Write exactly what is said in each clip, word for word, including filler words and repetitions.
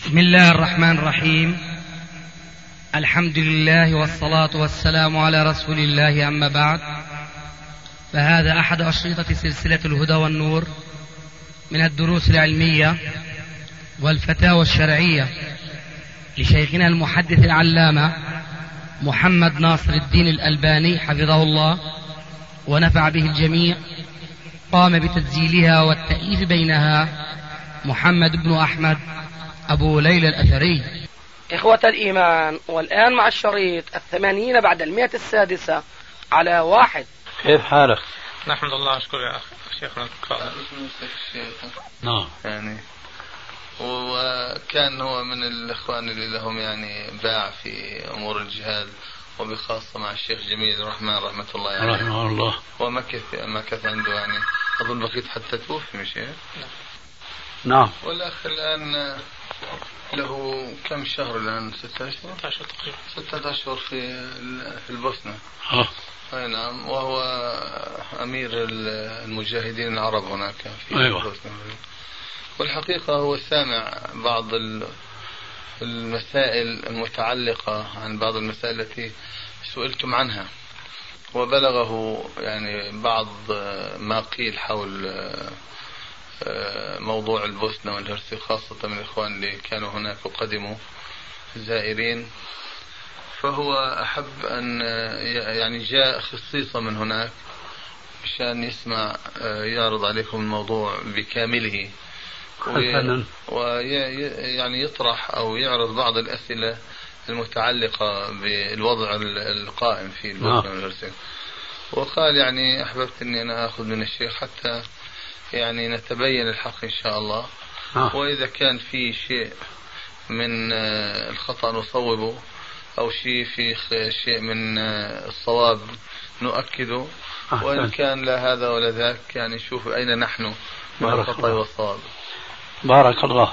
بسم الله الرحمن الرحيم. الحمد لله والصلاة والسلام على رسول الله، أما بعد، فهذا أحد أشرطة سلسلة الهدى والنور من الدروس العلمية والفتاوى الشرعية لشيخنا المحدث العلامة محمد ناصر الدين الألباني حفظه الله ونفع به الجميع. قام بتسجيلها والتأليف بينها محمد بن أحمد أبو ليلى الأثري. إخوة الإيمان، والآن مع الشريط الثمانين بعد المئة السادسة على واحد. كيف حالك؟ نحمد الله أشكر يا شيخنا. نعم. يعني وكان هو من الإخوان اللي لهم يعني باع في أمور الجهاد، وبخاصة مع الشيخ جميل الرحمن رحمة الله عليه يعني. رحمه الله. ومكث مكث عنده يعني أظن بقيت حتى توفي مش هيك؟ نعم. والأخ الآن له كم شهر الآن؟ ستة أشهر؟ ستة أشهر تقريبا. ستة أشهر في في البوسنة. أه. أي نعم. وهو أمير المجاهدين العرب هناك في أيوة. البوسنة. والحقيقة هو سامع بعض المسائل المتعلقة عن بعض المسائل التي سئلتم عنها، وبلغه يعني بعض ما قيل حول موضوع البوسنة والهرسك، خاصة من الإخوان اللي كانوا هناك وقدموا زائرين. فهو أحب أن يعني جاء خصيصا من هناك مشان يسمع يعرض عليكم الموضوع بكامله، ويعني يطرح أو يعرض بعض الأسئلة المتعلقة بالوضع القائم في البوسنة والهرسك. وقال يعني أحببت أني أنا أخذ من الشيخ حتى يعني نتبين الحق إن شاء الله، وإذا كان في شيء من الخطأ نصوبه، أو شيء في شيء من الصواب نؤكده، وإن كان لا هذا ولا ذاك يعني نشوف أين نحن من الخطأ والصواب. بارك الله.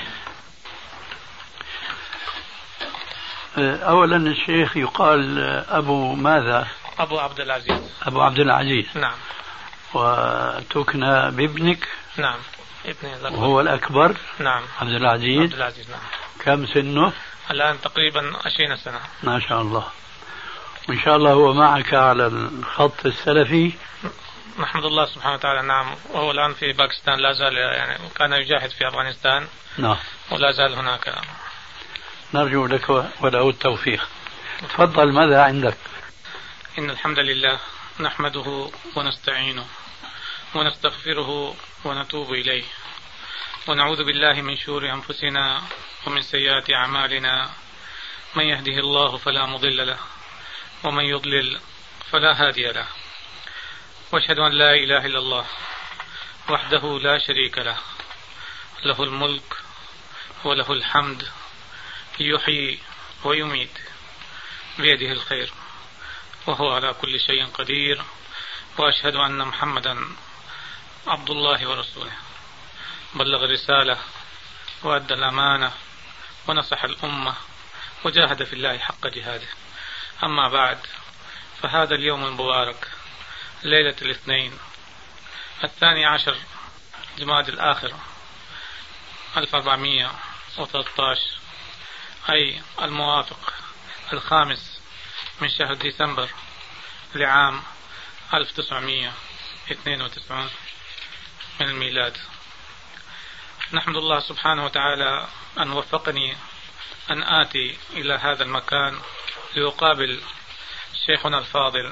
أولا الشيخ يقال أبو ماذا؟ أبو عبد العزيز. أبو عبد العزيز. نعم. وتكنى بابنك؟ نعم، ابني الأكبر. وهو الأكبر؟ نعم، عبد العزيز. عبد العزيز نعم. كم سنه؟ الآن تقريبا عشرين سنة. ما شاء الله. وإن شاء الله هو معك على الخط السلفي. نحمد الله سبحانه وتعالى. نعم. وهو الآن في باكستان، لا زال يعني كان يجاهد في أفغانستان. نعم. ولا زال هناك. نرجو لك وله التوفيق. تفضل، ماذا عندك؟ إن الحمد لله نحمده ونستعينه ونستغفره ونتوب إليه، ونعوذ بالله من شرور أنفسنا ومن سيئات أعمالنا. من يهده الله فلا مضل له، ومن يضلل فلا هادي له. واشهد أن لا إله إلا الله وحده لا شريك له، له الملك وله الحمد، يحيي ويميت، بيده الخير، وهو على كل شيء قدير. وأشهد أن محمدا عبد الله ورسوله، بلغ الرسالة وأدى الأمانة ونصح الأمة وجاهد في الله حق جهاده. أما بعد، فهذا اليوم المبارك، ليلة الاثنين الثاني عشر جماد الآخر ألف وأربعمائة وثلاثة عشر، أي الموافق الخامس من شهر ديسمبر لعام ألف وتسعمائة واثنين وتسعين من الميلاد. نحمد الله سبحانه وتعالى أن وفقني أن آتي إلى هذا المكان لأقابل شيخنا الفاضل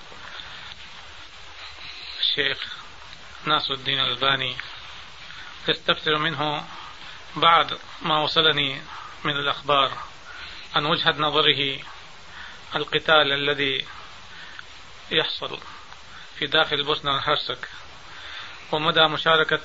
الشيخ ناصر الدين الألباني، استفسر منه بعد ما وصلني من الأخبار عن وجهة نظره القتال الذي يحصل في داخل البوسنة والهرسك، ومدى مشاركة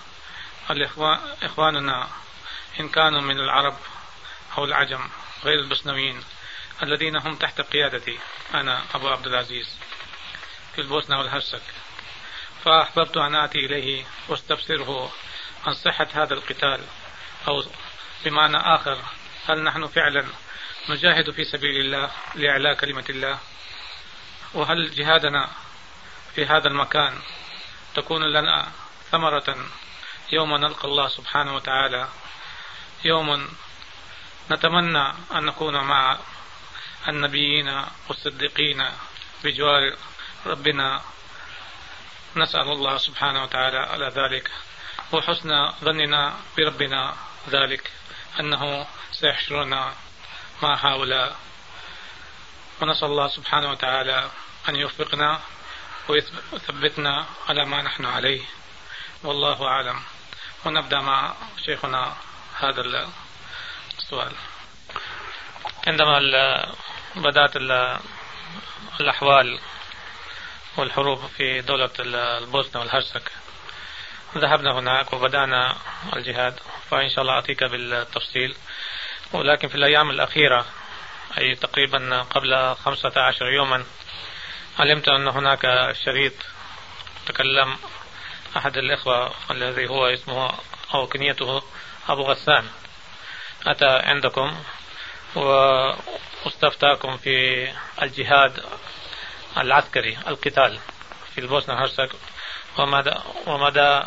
إخواننا إن كانوا من العرب أو العجم غير البوسنويين الذين هم تحت قيادتي أنا أبو عبد العزيز في البوسنة والهرسك. فأحببت أن آتي إليه واستفسره عن صحة هذا القتال، أو بمعنى آخر، هل نحن فعلا نجاهد في سبيل الله لإعلاء كلمة الله؟ وهل جهادنا في هذا المكان تكون لنا ثمرة يوم نلقى الله سبحانه وتعالى يوم نتمنى أن نكون مع النبيين والصديقين بجوار ربنا. نسأل الله سبحانه وتعالى على ذلك، وحسن ظننا بربنا ذلك أنه سيحشرنا مع هؤلاء. ونسأل الله سبحانه وتعالى أن يوفقنا ويثبتنا على ما نحن عليه، والله أعلم. ونبدأ مع شيخنا هذا السؤال. عندما بدأت الأحوال والحروب في دولة البوسنة والهرسك ذهبنا هناك وبدأنا الجهاد، فإن شاء الله أعطيك بالتفصيل. ولكن في الأيام الأخيرة، أي تقريبا قبل خمسة عشر يوما، علمت أن هناك شريط تكلم أحد الإخوة الذي هو اسمه أو كنيته أبو غسان، أتى عندكم واستفتاكم في الجهاد العسكري، القتال في البوسنة والهرسك، ومدى, ومدى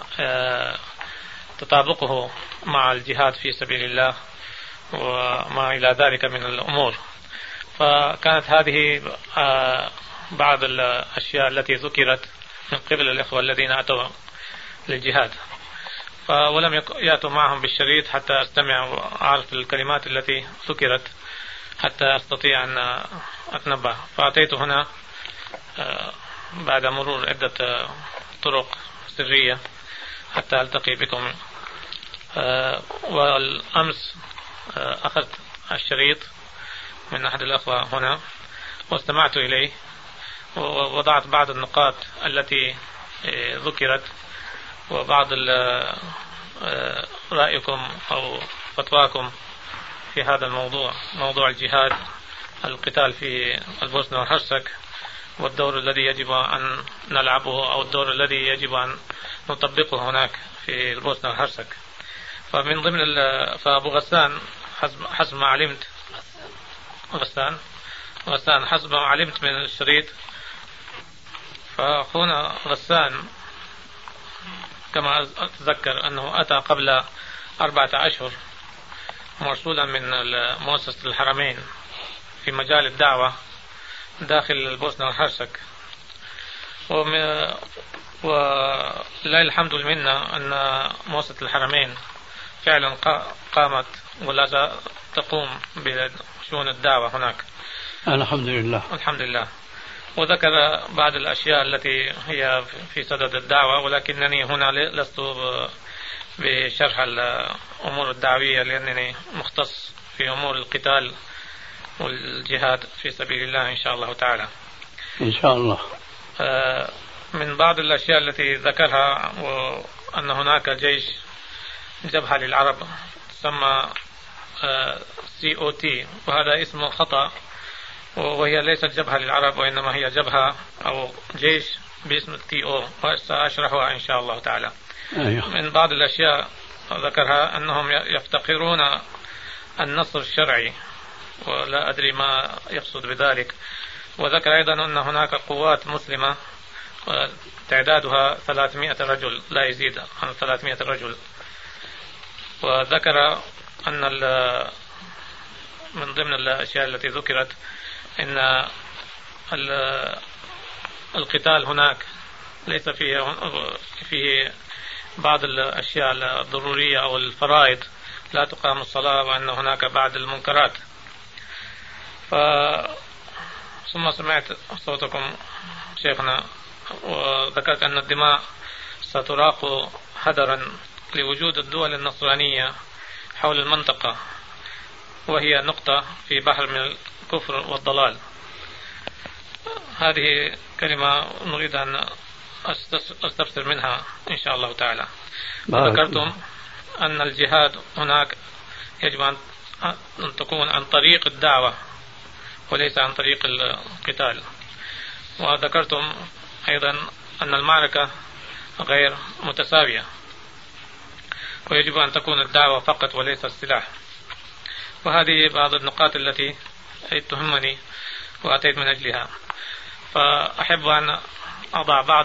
تطابقه مع الجهاد في سبيل الله وما إلى ذلك من الأمور. فكانت هذه بعض الأشياء التي ذكرت من قبل الإخوة الذين أتوا للجهاد، ولم يأتوا معهم بالشريط حتى أستمع وأعرف الكلمات التي ذكرت حتى أستطيع أن أتنبه. فأتيت هنا بعد مرور عدة طرق سرية حتى ألتقي بكم. والأمس أخذت الشريط من أحد الأخوة هنا واستمعت إليه ووضعت بعض النقاط التي ذكرت وبعض رأيكم أو فتواكم في هذا الموضوع، موضوع الجهاد، القتال في البوسنة والهرسك، والدور الذي يجب أن نلعبه أو الدور الذي يجب أن نطبقه هناك في البوسنة والهرسك. فمن ضمن فأبو غسان حسب ما علمت غسان غسان حسب ما علمت من الشريط، فأخونا غسان كما أتذكر أنه أتى قبل أربعة أشهر مرسولا من مؤسسة الحرمين في مجال الدعوة داخل البوسنة والهرسك. ولله الحمد والمنة أن مؤسسة الحرمين فعلا قامت ولا تقوم بشؤون الدعوة هناك، الحمد لله الحمد لله. وذكر بعض الأشياء التي هي في صدد الدعوة، ولكنني هنا لست بشرح الأمور الدعوية لأنني مختص في أمور القتال والجهاد في سبيل الله إن شاء الله تعالى. إن شاء الله. من بعض الأشياء التي ذكرها وأن هناك جيش جبهة للعرب تسمى سي أو تي، وهذا اسمه خطأ، وهي ليست جبهة للعرب وإنما هي جبهة أو جيش باسم تي أو، وسأشرحها إن شاء الله تعالى. أيوه. من بعض الأشياء ذكرها أنهم يفتقرون النصر الشرعي، ولا أدري ما يقصد بذلك. وذكر أيضا أن هناك قوات مسلمة تعدادها ثلاثمائة رجل، لا يزيد عن ثلاثمائة رجل. وذكر أن من ضمن الأشياء التي ذكرت أن القتال هناك ليس فيه فيه بعض الأشياء الضرورية أو الفرائض، لا تقام الصلاة، وأن هناك بعض المنكرات. ف ثم سمعت صوتكم شيخنا وذكرت أن الدماء ستراق هدرا لوجود الدول النصرانية حول المنطقة، وهي نقطة في بحر من الكفر والضلال. هذه كلمة نريد أن أستفسر منها إن شاء الله تعالى. وذكرتم أن الجهاد هناك يجب أن تكون عن طريق الدعوة وليس عن طريق القتال. وذكرتم أيضا أن المعركة غير متساوية، ويجب أن تكون الدعوة فقط وليس السلاح. وهذه بعض النقاط التي تهمني وأتيت من أجلها. فأحب أن أضع بعض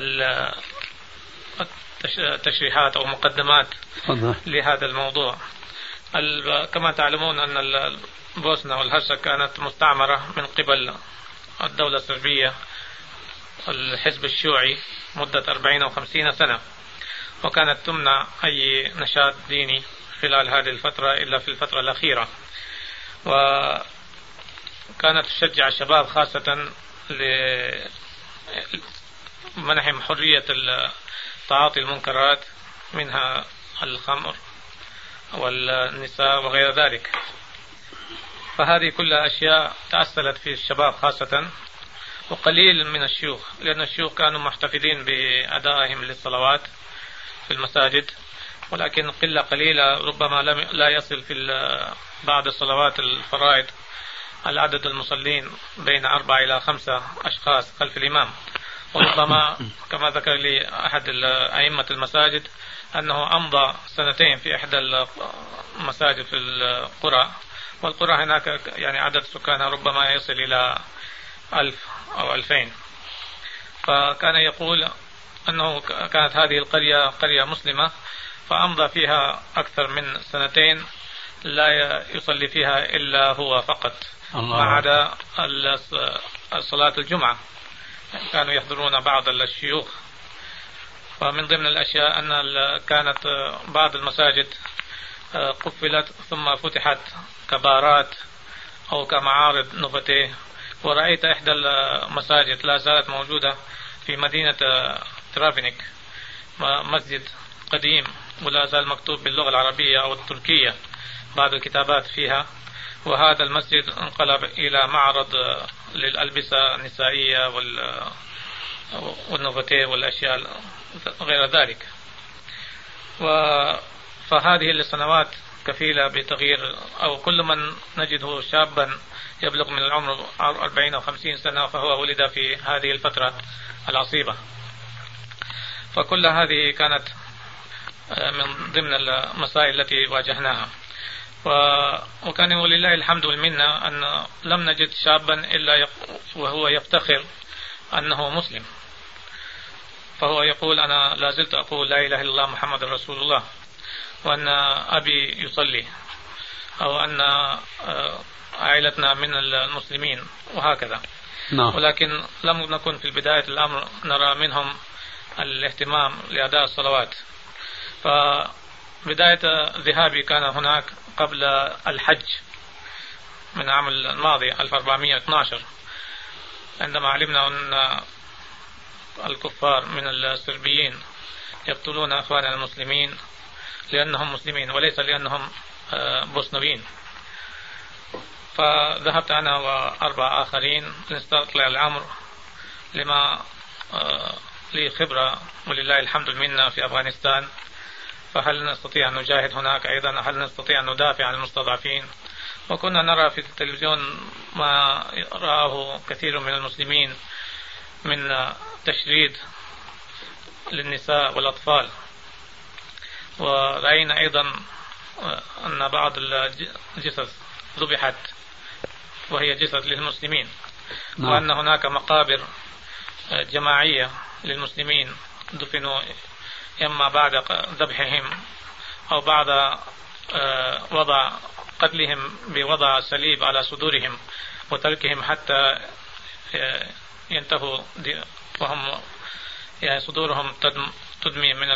التشريحات أو مقدمات لهذا الموضوع. كما تعلمون أن البوسنة والهرسك كانت مستعمرة من قبل الدولة الصربية الحزب الشيوعي مدة أربعين وخمسين سنة، وكانت تمنع أي نشاط ديني خلال هذه الفترة إلا في الفترة الأخيرة، وكانت تشجع الشباب خاصة لمنحهم حرية تعاطي المنكرات منها الخمر والنساء وغير ذلك. فهذه كلها أشياء تأثرت في الشباب خاصة، وقليل من الشيوخ، لأن الشيوخ كانوا محتفظين بأدائهم للصلوات في المساجد، ولكن قلة قليلة ربما لم لا يصل في بعض الصلوات الفرائض العدد المصلين بين أربعة إلى خمسة أشخاص خلف الإمام. وربما كما ذكر لي أحد أئمة المساجد أنه أمضى سنتين في إحدى المساجد في القرى، والقرى هناك يعني عدد سكانها ربما يصل إلى ألف أو ألفين، فكان يقول أنه كانت هذه القرية قرية مسلمة، فأمضى فيها أكثر من سنتين لا يصلي فيها إلا هو فقط ما عدا صلاة الجمعة، كانوا يحضرون بعض الشيوخ. ومن ضمن الأشياء أن كانت بعض المساجد قفلت ثم فتحت كبارات أو كمعارض نوفاتيه، ورأيت إحدى المساجد لا زالت موجودة في مدينة ترافينيك، مسجد قديم ولا زال مكتوب باللغة العربية أو التركية بعض الكتابات فيها، وهذا المسجد انقلب إلى معرض للألبسة النسائية والنوفاتيه والأشياء غير ذلك. فهذه السنوات كفيلة بتغيير، أو كل من نجده شابا يبلغ من العمر أربعين أو خمسين سنة فهو ولد في هذه الفترة العصيبة. فكل هذه كانت من ضمن المسائل التي واجهناها، وكان ولله الحمد والمنة أن لم نجد شابا إلا وهو يفتخر أنه مسلم، فهو يقول أنا لا زلت أقول لا إله إلا الله محمد رسول الله، وأن أبي يصلي، أو أن عائلتنا من المسلمين وهكذا. no. ولكن لم نكن في بداية الأمر نرى منهم الاهتمام لأداء الصلوات. فبداية ذهابي كان هناك قبل الحج من العام الماضي ألف وأربعمائة واثني عشر، عندما علمنا أن الكفار من الصربيين يقتلون أخواننا المسلمين لأنهم مسلمين وليس لأنهم بوسنويين. فذهبت أنا وأربع آخرين لنستطلع الأمر، لما لي خبرة ولله الحمد منا في أفغانستان، فهل نستطيع أن نجاهد هناك أيضا؟ هل نستطيع أن ندافع عن المستضعفين؟ وكنا نرى في التلفزيون ما رآه كثير من المسلمين من تشريد للنساء والأطفال، ورأينا أيضا أن بعض الجثث ذبحت وهي جثث للمسلمين، وأن هناك مقابر جماعية للمسلمين دفنوا إما بعد ذبحهم أو بعد وضع قتلهم بوضع صليب على صدورهم وتركهم حتى ينتهوا وهم يعني صدورهم تدمي من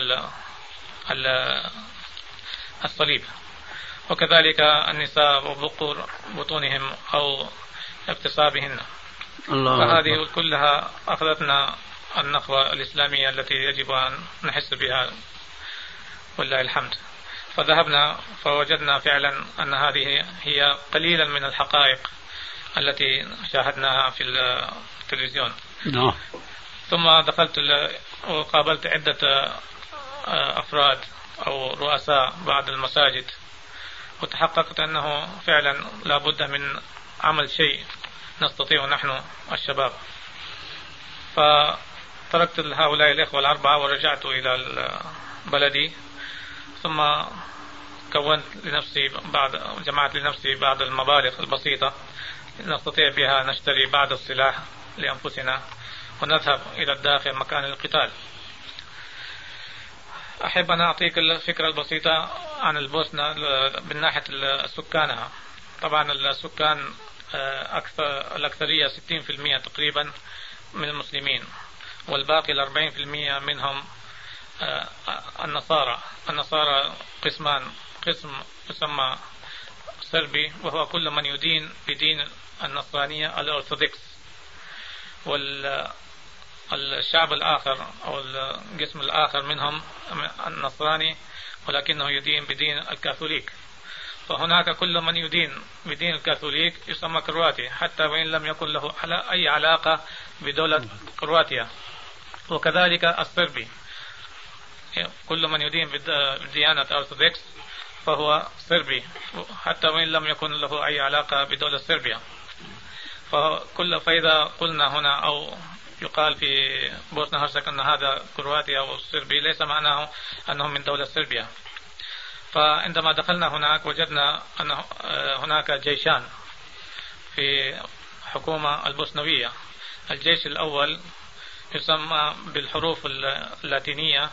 الصليب. وكذلك النساء وبقور بطونهم أو اغتصابهن. فهذه كلها أخذتنا النخوة الإسلامية التي يجب أن نحس بها والله الحمد. فذهبنا فوجدنا فعلا أن هذه هي قليلا من الحقائق التي شاهدناها في التلفزيون. no. ثم دخلت وقابلت عدة أفراد أو رؤساء بعض المساجد، وتحققت أنه فعلا لا بد من عمل شيء نستطيع نحن الشباب. فتركت هؤلاء الإخوة الأربعة ورجعت إلى بلدي، ثم كونت لنفسي بعض جمعت لنفسي بعض المبالغ البسيطة نستطيع بها نشتري بعض السلاح لأنفسنا ونذهب إلى الداخل مكان القتال. أحب أن أعطيك الفكرة البسيطة عن البوسنة من ناحية سكانها. طبعا السكان أكثر الأكثرية ستين بالمئة تقريبا من المسلمين، والباقي الأربعين بالمئة منهم النصارى. النصارى قسمان، قسم يسمى صربي وهو كل من يدين بدين النصرانية الأرثوذكس، والشعب الآخر أو القسم الآخر منهم النصراني ولكنه يدين بدين الكاثوليك. فهناك كل من يدين بدين الكاثوليك يسمى كرواتي حتى وإن لم يكن له أي علاقة بدولة كرواتيا، وكذلك الصربي كل من يدين بديانة أرثوذكس فهو صربي حتى وإن لم يكن له أي علاقة بدولة صربيا. فكل فإذا قلنا هنا أو يقال في بوسنا هرسك أن هذا كرواتيا أو صربي ليس معناه أنهم من دولة صربيا. فعندما دخلنا هناك وجدنا أن هناك جيشان في حكومة البوسنوية. الجيش الأول يسمى بالحروف اللاتينية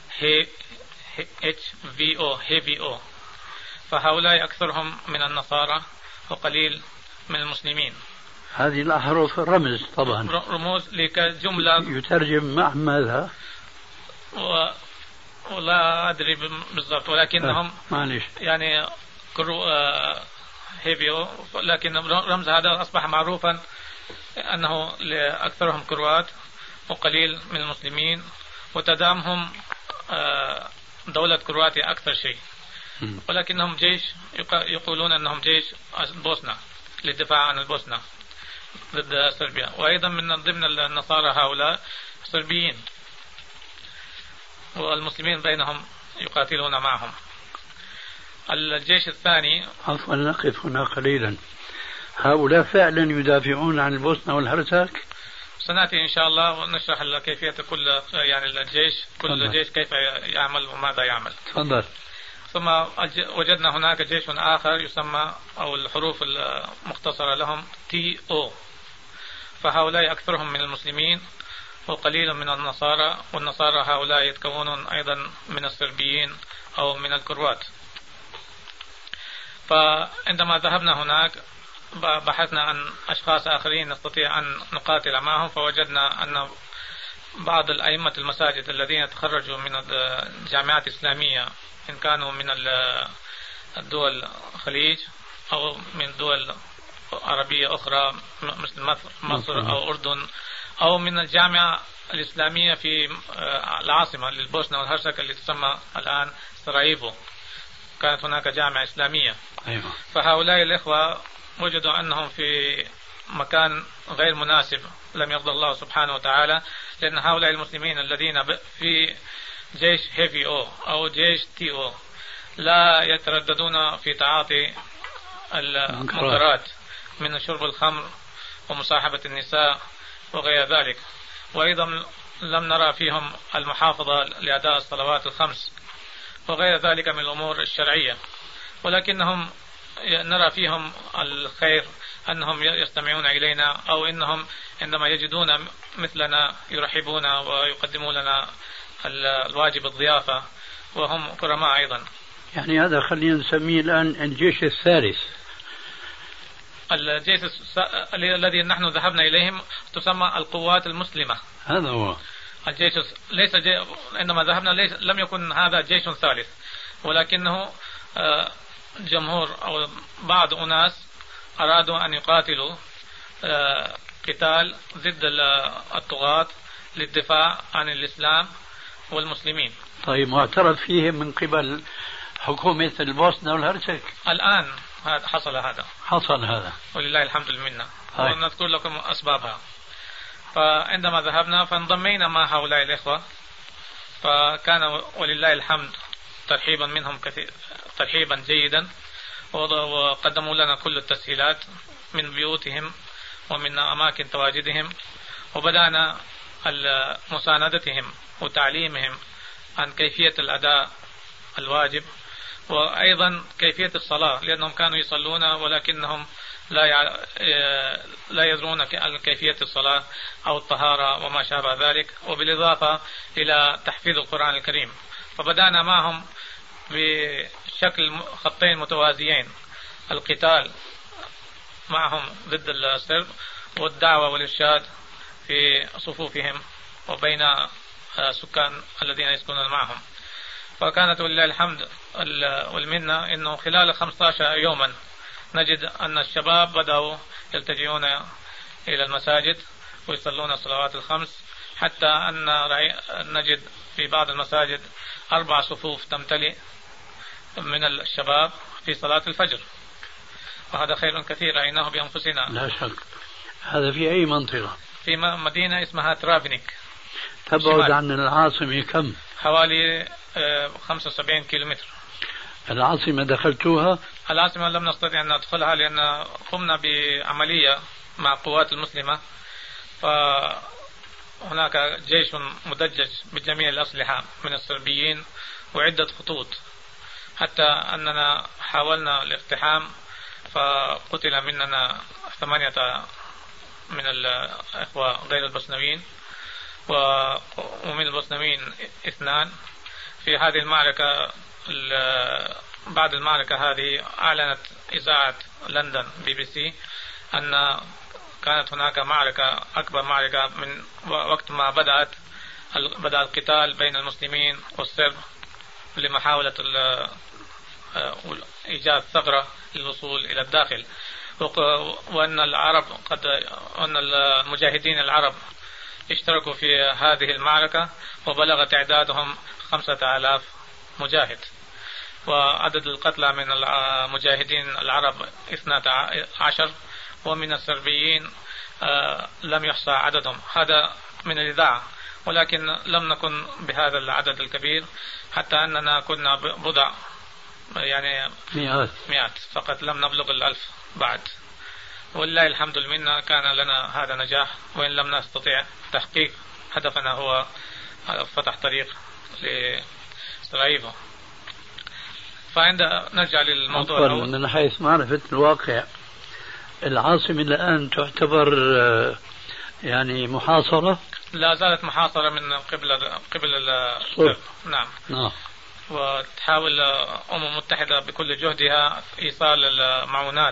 إتش في أو هي في أو، فهؤلاء أكثرهم من النصارى وقليل من المسلمين. هذه الأحرف رمز طبعا، رموز لكجملة يترجم مع ماذا و... ولا أدري بالضبط، ولكنهم معلش يعني كرو هيفيو، لكن رمز هذا أصبح معروفا أنه لأكثرهم كروات وقليل من المسلمين، وتدامهم دولة كرواتيا أكثر شيء، ولكنهم جيش يقولون أنهم جيش البوسنة للدفاع عن البوسنة ضد صربيا. وأيضا من ضمن النصارى هؤلاء صربيين، والمسلمين بينهم يقاتلون معهم. الجيش الثاني، عفوا نقف هنا قليلا، هؤلاء فعلا يدافعون عن البوسنة والهرسك؟ سنأتي إن شاء الله ونشرح كيفية كل يعني الجيش كل فضل. جيش كيف يعمل وماذا يعمل. تفضل. ثم وجدنا هناك جيش آخر يسمى أو الحروف المختصرة لهم تي أو، فهؤلاء أكثرهم من المسلمين وقليل من النصارى، والنصارى هؤلاء يتكونون أيضا من الصربيين أو من الكروات. فعندما ذهبنا هناك بحثنا عن أشخاص آخرين نستطيع أن نقاتل معهم، فوجدنا أن بعض الأئمة المساجد الذين تخرجوا من الجامعات الإسلامية إن كانوا من الدول الخليج أو من دول عربية أخرى مثل مصر أو أردن أو من الجامعة الإسلامية في العاصمة للبوسنة والهرسك اللي تسمى الآن سراييفو، كانت هناك جامعة إسلامية. أيوة. فهؤلاء الإخوة وجدوا أنهم في مكان غير مناسب لم يرضى الله سبحانه وتعالى، لأن هؤلاء المسلمين الذين في جيش هيفي أو أو جيش تي أو لا يترددون في تعاطي المنكرات من شرب الخمر ومصاحبة النساء وغير ذلك، وأيضا لم نرى فيهم المحافظة لأداء الصلوات الخمس وغير ذلك من الأمور الشرعية، ولكنهم نرى فيهم الخير أنهم يستمعون إلينا، أو إنهم عندما يجدون مثلنا يرحبون ويقدمون لنا الواجب الضيافة، وهم كرماء أيضا. يعني هذا خلينا نسميه الآن الجيش الثالث. الجيش الذي نحن ذهبنا إليهم تسمى القوات المسلمة. هذا هو الجيش، ليس جي... عندما ذهبنا ليس... لم يكن هذا جيش ثالث، ولكنه جمهور أو بعض أناس أرادوا أن يقاتلوا قتال ضد الطغاة للدفاع عن الإسلام والمسلمين. طيب معترف فيهم من قبل حكومة البوسنة والهرسك؟ الآن حصل هذا حصل هذا ولله الحمد المنة، ونذكر لكم أسبابها. فعندما ذهبنا فانضمينا مع هؤلاء الإخوة، فكان ولله الحمد ترحيبا منهم كثير، ترحيبا جيدا، وقدموا لنا كل التسهيلات من بيوتهم ومن أماكن تواجدهم، وبدأنا مساندتهم وتعليمهم عن كيفية الأداء الواجب وأيضا كيفية الصلاة، لأنهم كانوا يصلون ولكنهم لا يع... لا يدرون كيفية الصلاة أو الطهارة وما شابه ذلك، وبالإضافة إلى تحفيظ القرآن الكريم. فبدأنا معهم بشكل خطين متوازيين: القتال معهم ضد السرب، والدعوة والإرشاد في صفوفهم وبين السكان الذين يسكنون معهم. فكانت ولله الحمد والمنة أنه خلال خمسة عشر يوما نجد أن الشباب بدأوا يلتجئون إلى المساجد ويصلون الصلوات الخمس، حتى أن نجد في بعض المساجد أربع صفوف تمتلئ من الشباب في صلاة الفجر، وهذا خير كثير رأيناه بأنفسنا. لا شك. هذا في أي منطقة؟ في مدينة اسمها ترافنيك، تبعد عن العاصمة كم؟ حوالي خمسة وسبعين كيلومتر. العاصمة دخلتوها؟ العاصمة لم نستطيع أن ندخلها لأن قمنا بعملية مع القوات المسلمة، فهناك جيش مدجج بجميع الأسلحة من الصربيين وعدة خطوط، حتى أننا حاولنا الاقتحام فقتل مننا ثمانية من الإخوة غير البوسنويين، ومن البوسنويين اثنان. في هذه المعركة بعد المعركة هذه أعلنت إذاعة لندن بي بي سي أن كانت هناك معركة أكبر معركة من وقت ما بدأت بدأ القتال بين المسلمين والسرب لمحاولة إيجاد ثغرة للوصول إلى الداخل، وأن العرب قد أن المجاهدين العرب اشتركوا في هذه المعركة وبلغ تعدادهم خمسة آلاف مجاهد، وعدد القتلى من المجاهدين العرب اثنى عشر، ومن السربيين لم يحصى عددهم. هذا من الإذاعة، ولكن لم نكن بهذا العدد الكبير، حتى أننا كنا بضع يعني مئات مئات فقط، لم نبلغ الألف بعد. والله الحمد لله كان لنا هذا نجاح، وإن لم نستطيع تحقيق هدفنا هو فتح طريق لسراييفو. فعند نرجع للموضوع الأول من حيث معرفة الواقع، العاصمة الآن تعتبر يعني محاصرة؟ لا زالت محاصرة من قبل قبل الصرب. نعم. نعم. وتحاول الأمم المتحدة بكل جهدها إيصال المعونات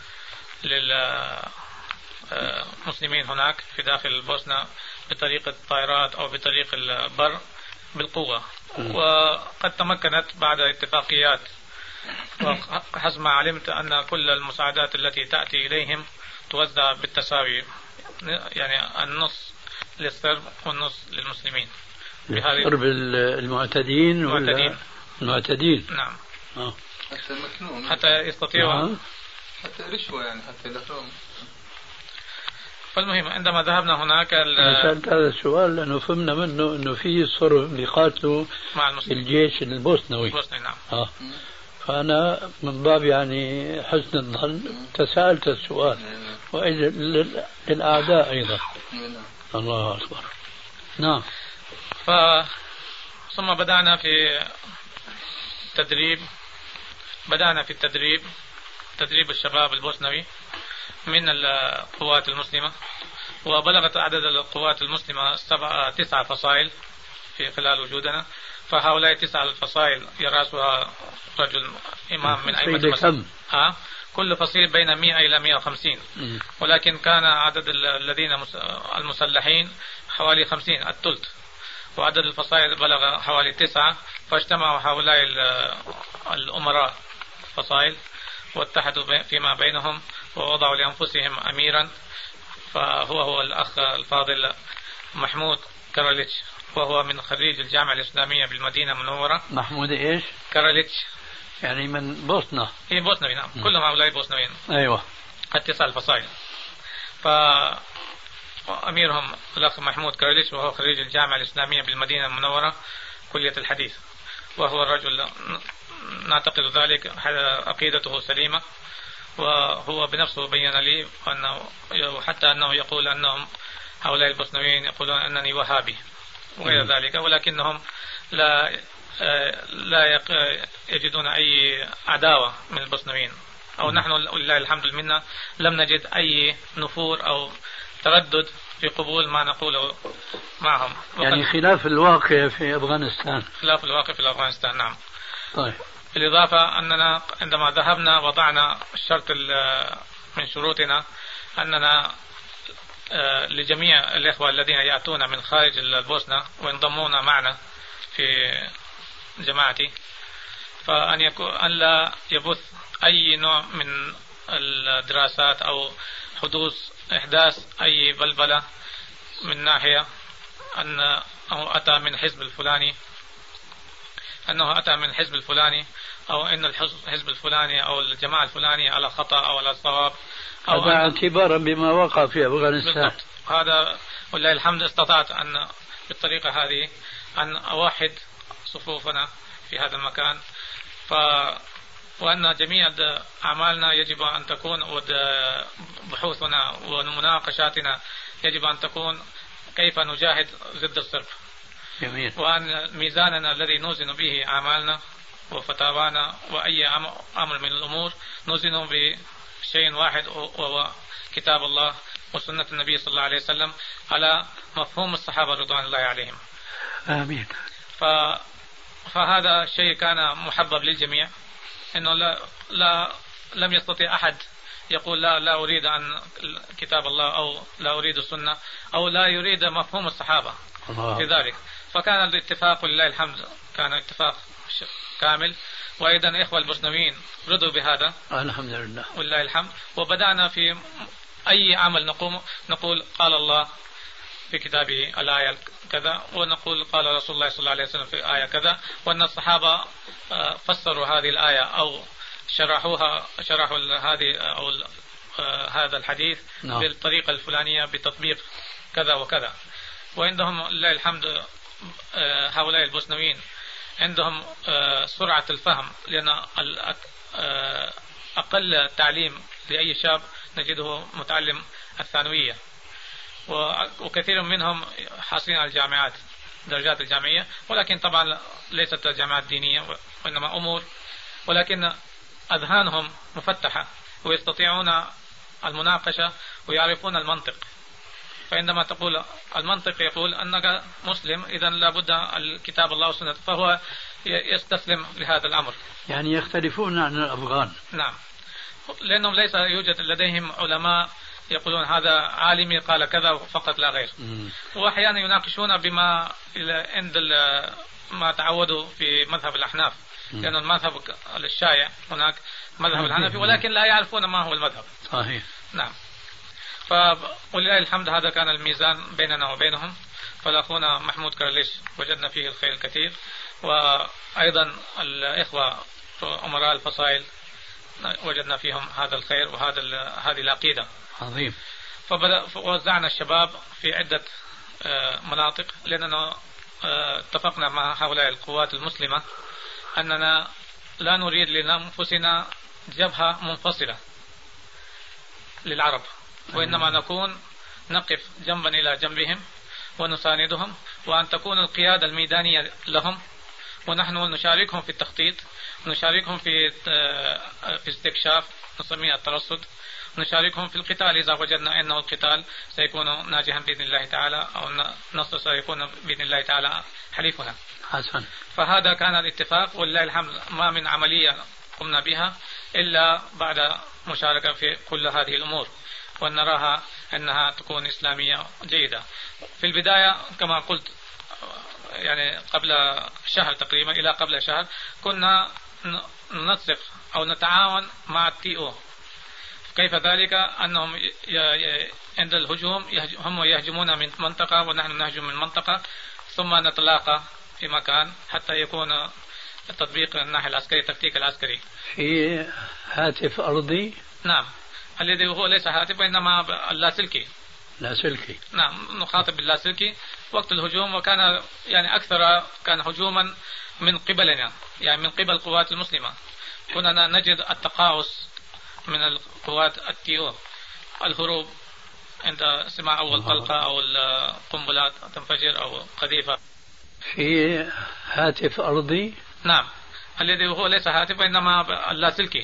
للمسلمين هناك في داخل البوسنة بطريقة الطائرات أو بطريق البر بالقوة، وقد تمكنت بعد اتفاقيات. وحسب ما علمت أن كل المساعدات التي تأتي إليهم توزع بالتساوي، يعني النص للسرب والنص للمسلمين. السرب المعتدين المعتدين المعتدين نعم. آه. حتى المكنون حتى يستطيعوا نعم. حتى رشوة يعني حتى يدخلون. فالمهم عندما ذهبنا هناك سألت هذا السؤال لأنه فهمنا منه أنه في صرب اللي قاتلوا مع المسلمين الجيش البوسنوي. البوسنوي نعم. آه. فأنا من باب يعني حسن الظن تساءلت السؤال، وإذا للأعداء أيضا. الله أكبر. نعم. ف... ثم بدأنا في تدريب بدأنا في التدريب تدريب الشباب البوسنوي من القوات المسلمة، وبلغت عدد القوات المسلمة سبعة تسعة فصائل في خلال وجودنا. فهؤلاء تسعة الفصائل يرأسها رجل إمام من أئمة المسلمين. ها كل فصيل بين مئة إلى مئة وخمسين، ولكن كان عدد الذين المسلحين حوالي خمسين الثلث، وعدد الفصائل بلغ حوالي تسعة. فاجتمعوا هؤلاء الأمراء الفصائل واتحدوا فيما بينهم ووضعوا لأنفسهم أميرا، فهو هو الأخ الفاضل محمود كاراليتش، وهو من خريج الجامعة الإسلامية بالمدينة المنورة. محمود إيش؟ كاراليتش يعني من بوسنة. إيه بوسنوي نعم. م. كلهم هؤلاء بوسنويين. أيوة. التسع الفصائل. فأميرهم الأخ محمود كاراليتش، وهو خريج الجامعة الإسلامية بالمدينة المنورة كلية الحديث، وهو الرجل نعتقد ذلك عقيدته سليمة، وهو بنفسه بين لي أنه حتى أنه يقول أنهم هؤلاء البوسنويين يقولون أنني وهابي وغير ذلك، ولكنهم لا لا يجدون أي عداوة من البوسنويين، أو نحن لله الحمد منا لم نجد أي نفور أو تردد في قبول ما نقوله معهم. يعني خلاف الواقع في أفغانستان. خلاف الواقع في أفغانستان، نعم. طيب. بالإضافة أننا عندما ذهبنا وضعنا الشرط من شروطنا أننا لجميع الإخوة الذين يأتون من خارج البوسنة وينضمون معنا في جماعتي فأن يكون أن لا يبث أي نوع من الدراسات أو حدوث إحداث أي بلبلة من ناحية أنه أتى من حزب الفلاني أنه أتى من الحزب الفلاني أو أن الحزب الفلاني أو الجماعة الفلانية على خطأ أو على صواب، هذا اعتبارا بما وقع في أفغانستان. هذا ولله الحمد استطعت أن بالطريقة هذه أن أوحد صفوفنا في هذا المكان، ف وأن جميع أعمالنا يجب أن تكون وبحوثنا ومناقشاتنا يجب أن تكون كيف نجاهد ضد الصرف. جميل. وأن ميزاننا الذي نوزن به أعمالنا وفتاوانا وأي أمر من الأمور نوزنه بشيء واحد وهو كتاب الله وسنة النبي صلى الله عليه وسلم على مفهوم الصحابة رضوان الله عليهم. آمين. ف... فهذا شيء كان محبب للجميع، إنه لا, لا لم يستطيع أحد يقول لا لا أريد أن كتاب الله أو لا أريد السنة أو لا يريد مفهوم الصحابة الله. في ذلك فكان الاتفاق لله الحمد كان اتفاق كامل، وأيضا الإخوة البوسنويين رضوا بهذا الحمد لله ولله الحمد. وبدأنا في أي عمل نقوم نقول قال الله في كتابه الآية كذا، ونقول قال رسول الله صلى الله عليه وسلم في آية كذا، وأن الصحابة فسروا هذه الآية أو شرحوها شرحوا هذه أو هذا الحديث no. بالطريقة الفلانية بتطبيق كذا وكذا. وعندهم لله الحمد هؤلاء البوسنويين عندهم سرعة الفهم، لأن أقل تعليم لأي شاب نجده متعلم الثانوية، وكثير منهم حاصلين على الجامعات درجات الجامعية، ولكن طبعا ليست جامعات دينية وإنما أمور، ولكن أذهانهم مفتحة ويستطيعون المناقشة ويعرفون المنطق. فعندما تقول المنطق يقول أنك مسلم إذن لابد الكتاب الله والسنة، فهو يستسلم لهذا الأمر. يعني يختلفون عن الأفغان. نعم، لأنهم ليس يوجد لديهم علماء يقولون هذا عالمي قال كذا فقط لا غير. م. وأحيانا يناقشون بما عند ما تعودوا في مذهب الأحناف، لأن المذهب الشائع هناك مذهب الحنفي، ولكن لا يعرفون ما هو المذهب. صحيح. نعم. فولله الحمد هذا كان الميزان بيننا وبينهم. فالأخونا محمود كرليش وجدنا فيه الخير الكثير، وأيضا الإخوة أمراء الفصائل وجدنا فيهم هذا الخير وهذا هذه العقيدة. عظيم. فوزعنا الشباب في عدة مناطق، لأننا اتفقنا مع هؤلاء القوات المسلمة أننا لا نريد لأنفسنا جبهة منفصلة للعرب، وإنما نكون نقف جنبا إلى جنبهم ونساندهم، وأن تكون القيادة الميدانية لهم، ونحن نشاركهم في التخطيط، نشاركهم في في استكشاف نسميه الترصد، نشاركهم في القتال إذا وجدنا أنه القتال سيكون ناجحا بإذن الله تعالى، أو النصر سيكون بإذن الله تعالى حليفنا. حسن. فهذا كان الاتفاق ولله الحمد. ما من عملية قمنا بها إلا بعد مشاركة في كل هذه الأمور، وأن نراها أنها تكون إسلامية جيدة. في البداية كما قلت يعني قبل شهر تقريبا إلى قبل شهر كنا ننسق أو نتعاون مع التي أو. كيف ذلك؟ أنهم عند الهجوم هم يهجمون من منطقة ونحن نهجم من منطقة، ثم نتلاقى في مكان حتى يكون تطبيق الناحية العسكري التكتيك العسكري في هاتف أرضي. نعم، الذي هو ليس هاتف وإنما اللاسلكي. لاسلكي. نعم، نخاطب باللاسلكي وقت الهجوم، وكان يعني أكثر كان هجوما من قبلنا، يعني من قبل القوات المسلمة. كنا نجد التقاعس من القوات التيو، الهروب عند سماع أول طلقة أو القنبلات تنفجر أو قذيفة. في هاتف أرضي. نعم، الذي هو ليس هاتف وإنما اللاسلكي.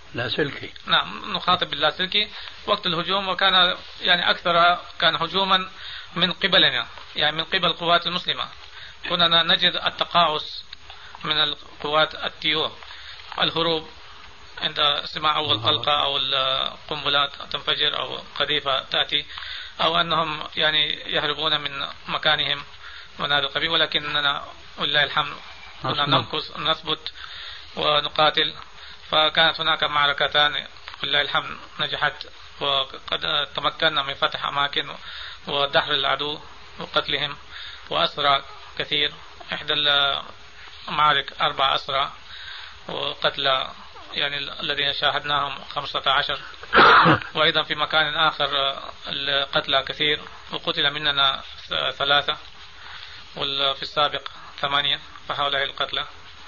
لاسلكي. نعم نخاطب باللاسلكي وقت الهجوم، وكان يعني أكثر كان هجوما من قبلنا، يعني من قبل القوات المسلمة. كنا نجد التقاعس من القوات التيو، الهروب عند سماع أول طلقة أو القنبلات تنفجر أو قذيفة تأتي، أو أنهم يعني يهربون من مكانهم من هذا القبيل. ولكننا ولله الحمد كنا ننقص نثبت ونقاتل. فكانت هناك معركتان ولله الحمد نجحت، وقد تمكنا من فتح أماكن ودحر العدو وقتلهم وأسرى كثير. إحدى المعارك أربع أسرى وقتل يعني الذين شاهدناهم خمسة عشر، وأيضا في مكان آخر القتلى كثير وقتل مننا ثلاثة، وفي السابق ثمانية، فهؤلاء القتلى.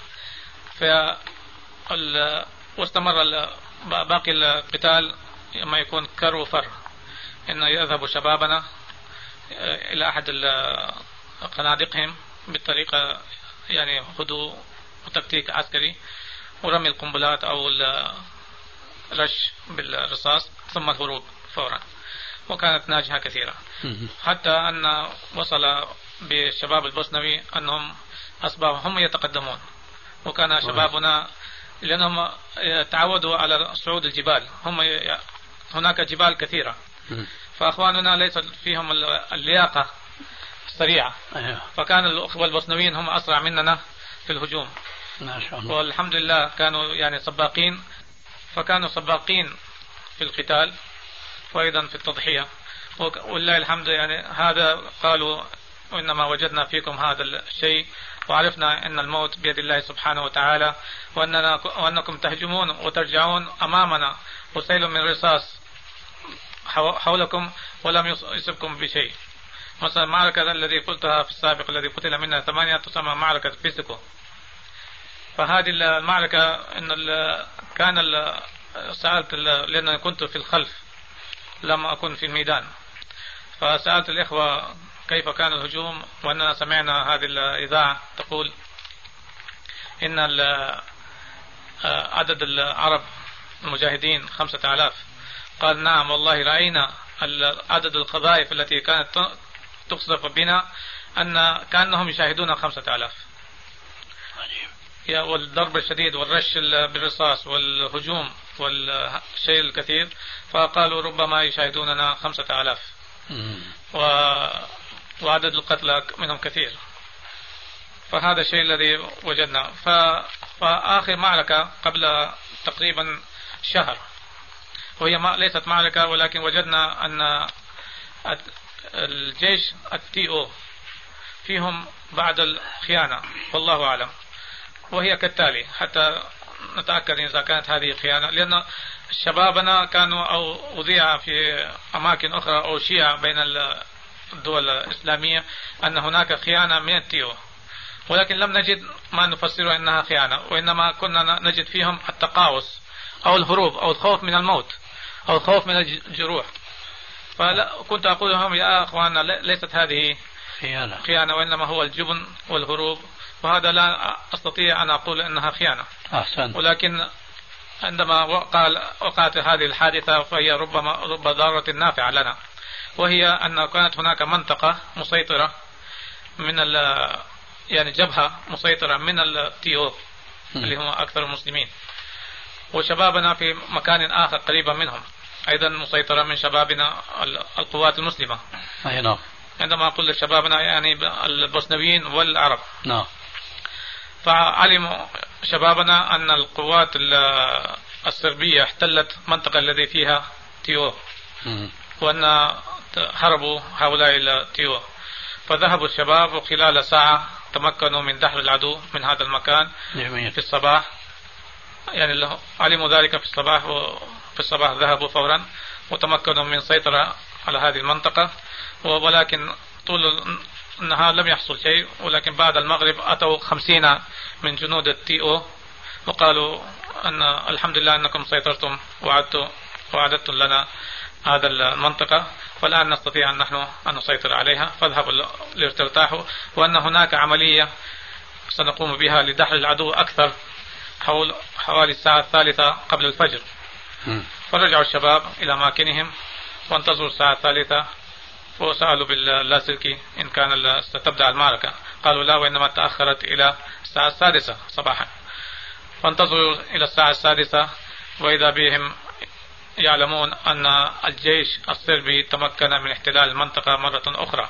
واستمر باقي القتال لما يكون كر وفر، إنه يذهب شبابنا إلى أحد قنادقهم بالطريقة يعني هدوء وتكتيك عسكري، ورمي القنبلات أو الرش بالرصاص، ثم الهروب فورا. وكانت ناجحة كثيرة، حتى أن وصل بالشباب البوسنوي أنهم أصبحوا هم يتقدمون. وكان شبابنا لأنهم تعودوا على صعود الجبال، هم هناك جبال كثيرة، فأخواننا ليس فيهم اللياقة السريعة، فكان الأخوة البوسنويين هم أسرع مننا في الهجوم. ما شاء الله. والحمد لله كانوا يعني سباقين، فكانوا سباقين في القتال وأيضا في التضحية. ولله الحمد يعني هذا قالوا وإنما وجدنا فيكم هذا الشيء، وعرفنا أن الموت بيد الله سبحانه وتعالى، وأننا وأنكم تهجمون وترجعون أمامنا وسيل من رصاص حولكم ولم يصبكم بشيء. مثلا المعركة الذي قلتها في السابق الذي قتل منها ثمانية تسمى معركة بيسكو. فهذه المعركة إن كان سألت لأن كنت في الخلف لم أكن في الميدان، فسألت الإخوة كيف كان الهجوم، وأننا سمعنا هذه الإذاعة تقول إن عدد العرب المجاهدين خمسة آلاف. قال نعم والله رأينا عدد القذائف التي كانت تقصف بنا أن كأنهم يشاهدون خمسة آلاف، والضرب الشديد والرش بالرصاص والهجوم والشيء الكثير. فقالوا ربما يشاهدوننا خمسة آلاف، وعدد القتلى منهم كثير. فهذا الشيء الذي وجدنا. فآخر معركة قبل تقريبا شهر، وهي ما ليست معركة، ولكن وجدنا أن الجيش التي او فيهم بعد الخيانة، والله أعلم، وهي كالتالي حتى نتأكد إذا كانت هذه خيانة. لأن شبابنا كانوا أو أذيع في أماكن أخرى أو شيعة بين الدول الإسلامية أن هناك خيانة من التيو، ولكن لم نجد ما نفسره أنها خيانة، وإنما كنا نجد فيهم التقاعس أو الهروب أو الخوف من الموت أو الخوف من الجروح. فكنت أقول لهم يا أخوانا ليست هذه خيانة, خيانة وإنما هو الجبن والهروب، وهذا لا أستطيع أن أقول أنها خيانة. أحسن. ولكن عندما قال وقعت هذه الحادثة فهي ربما رب ضارة نافعة لنا، وهي أن كانت هناك منطقة مسيطرة من يعني جبهة مسيطرة من التيو اللي هم أكثر المسلمين، وشبابنا في مكان آخر قريبا منهم أيضا مسيطرة من شبابنا القوات المسلمة. أي عندما أقول شبابنا يعني البوسنويين والعرب. نعم. فعلموا شبابنا أن القوات الصربية احتلت منطقة الذي فيها تيو، وأن هربوا هؤلاء التيو. فذهبوا الشباب وخلال ساعة تمكنوا من دحر العدو من هذا المكان. جميل. في الصباح يعني علموا ذلك في الصباح، وفي الصباح ذهبوا فورا وتمكنوا من سيطرة على هذه المنطقة. ولكن طول النهار لم يحصل شيء، ولكن بعد المغرب أتوا خمسين من جنود التي او وقالوا أن الحمد لله أنكم سيطرتم وعدتم وعدتم لنا هذا المنطقة، فالآن نستطيع أن نحن أن نسيطر عليها، فاذهبوا لارتاحوا، وأن هناك عملية سنقوم بها لدحر العدو أكثر حول حوالي الساعة الثالثة قبل الفجر. فرجعوا الشباب إلى أماكنهم وانتظروا الساعة الثالثة، وسألوا باللاسلكي إن كان ستبدأ المعركة، قالوا لا، وإنما تأخرت إلى الساعة السادسة صباحا. فانتظروا إلى الساعة السادسة، وإذا بهم يعلمون أن الجيش الصربي تمكن من احتلال المنطقة مرة أخرى.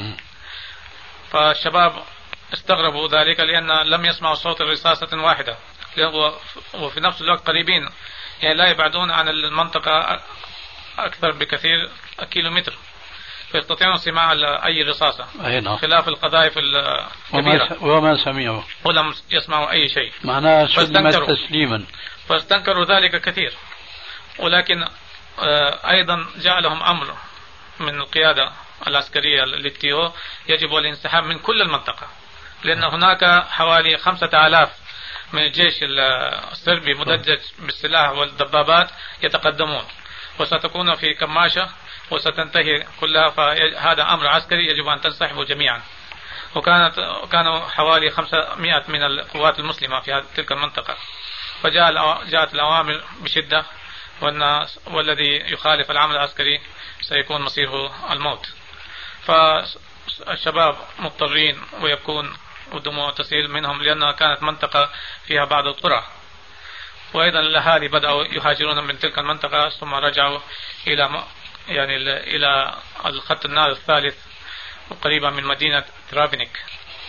فالشباب استغربوا ذلك لأن لم يسمعوا صوت رصاصة واحدة، وفي نفس الوقت قريبين، يعني لا يبعدون عن المنطقة أكثر بكثير كيلومتر، فيستطيعون سماع أي رصاصة، خلاف القذائف الكبيرة. وما سمعوا ولم يسمعوا أي شيء، معناه سلمت تسليما. فاستنكروا ذلك كثير. ولكن أيضا جاء لهم أمر من القيادة العسكرية للتيو يجب الانسحاب من كل المنطقة، لأن هناك حوالي خمسة آلاف من الجيش الصربي مدجج بالسلاح والدبابات يتقدمون، وستكون في كماشة وستنتهي كلها، فهذا أمر عسكري يجب أن تنسحبوا جميعا. وكانت كانوا حوالي خمسمائة من القوات المسلمة في تلك المنطقة، فجاء جاءت الأوامر بشدة، والناس والذي يخالف العمل العسكري سيكون مصيره الموت. فالشباب مضطرين ويبكون والدموع تسيل منهم، لأنها كانت منطقة فيها بعض القرى، وأيضا الأهالي بدأوا يهاجرون من تلك المنطقة، ثم رجعوا إلى يعني إلى الخط النار الثالث قريبا من مدينة ترافينيك.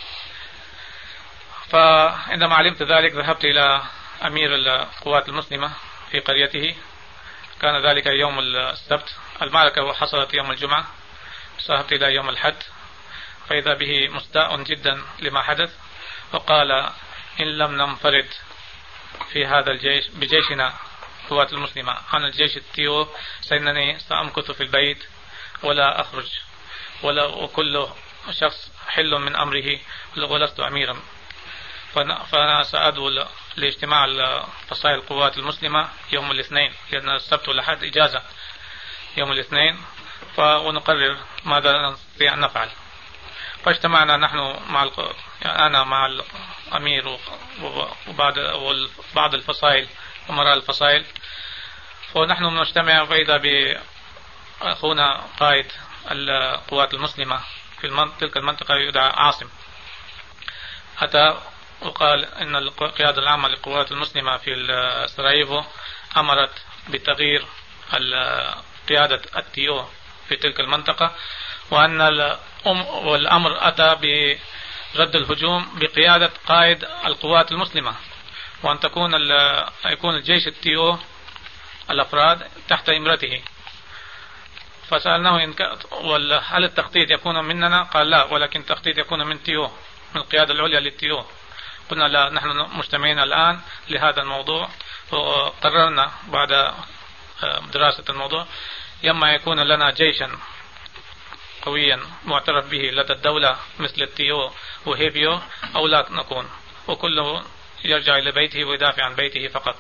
فعندما علمت ذلك ذهبت إلى أمير القوات المسلمة في قريته. كان ذلك يوم السبت، المعركة حصلت يوم الجمعة. ذهبت إلى يوم الحد، فإذا به مستاء جدا لما حدث، وقال إن لم ننفرد في هذا الجيش بجيشنا القوات المسلمة عن الجيش التيو فإنني سأمكث في البيت ولا أخرج، ولا وكل شخص حل من أمره ولست أميرا. فأنا سأدعو لاجتماع فصائل القوات المسلمة يوم الاثنين، لأن السبت والأحد إجازة يوم الاثنين، ونقرر ماذا نستطيع أن نفعل. فاجتمعنا نحن مع الق... يعني أنا مع الأمير وبعض بعض الفصائل ومراء الفصائل، ونحن نجتمع فإذا بأخونا قائد القوات المسلمة في تلك المنطقة يدعى عاصم، أتى وقال إن القيادة العامة للقوات المسلمة في سراييفو أمرت بتغيير قيادة التيو في تلك المنطقة، وأن الأمر أتى برد الهجوم بقيادة قائد القوات المسلمة، وأن تكون يكون الجيش التيو الأفراد تحت إمرته. فسألناه إن هل التخطيط يكون مننا؟ قال لا، ولكن التخطيط يكون من تيو، من القيادة العليا للتيو. قلنا لا، نحن مجتمعين الآن لهذا الموضوع، وقررنا بعد دراسة الموضوع يما يكون لنا جيشا قويا معترف به لدى الدولة مثل التيو وهيفيو، أو لا نكون، وكله يرجع إلى بيته ويدافع عن بيته فقط.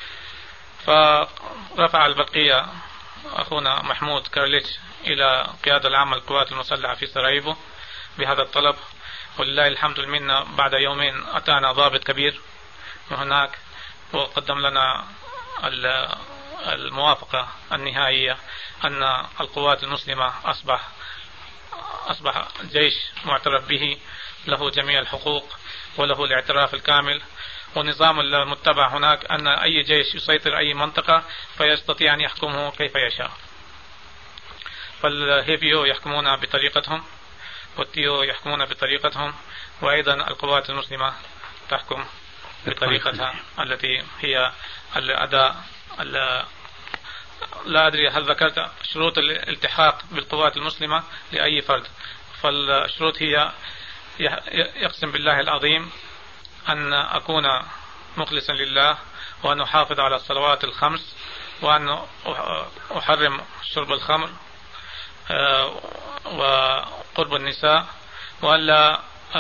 فرفع البقية أخونا محمود كارليتش إلى قيادة العامة للقوات المسلحة في سراييفو بهذا الطلب، ولله الحمد المنة. بعد يومين أتانا ضابط كبير من هناك وقدم لنا الموافقة النهائية أن القوات المسلمة أصبح أصبح جيش معترف به، له جميع الحقوق وله الاعتراف الكامل، والنظام المتبع هناك أن أي جيش يسيطر أي منطقة فيستطيع أن يحكمه كيف يشاء. فالهيفيو يحكمون بطريقتهم، والتيو يحكمون بطريقتهم، وأيضا القوات المسلمة تحكم بطريقتها التي هي الأداء. لا أدري هل ذكرت شروط الالتحاق بالقوات المسلمة لأي فرد، فالشروط هي يقسم بالله العظيم أن أكون مخلصا لله، وأن أحافظ على الصلوات الخمس، وأن أحرم شرب الخمر وقرب النساء، وأن لا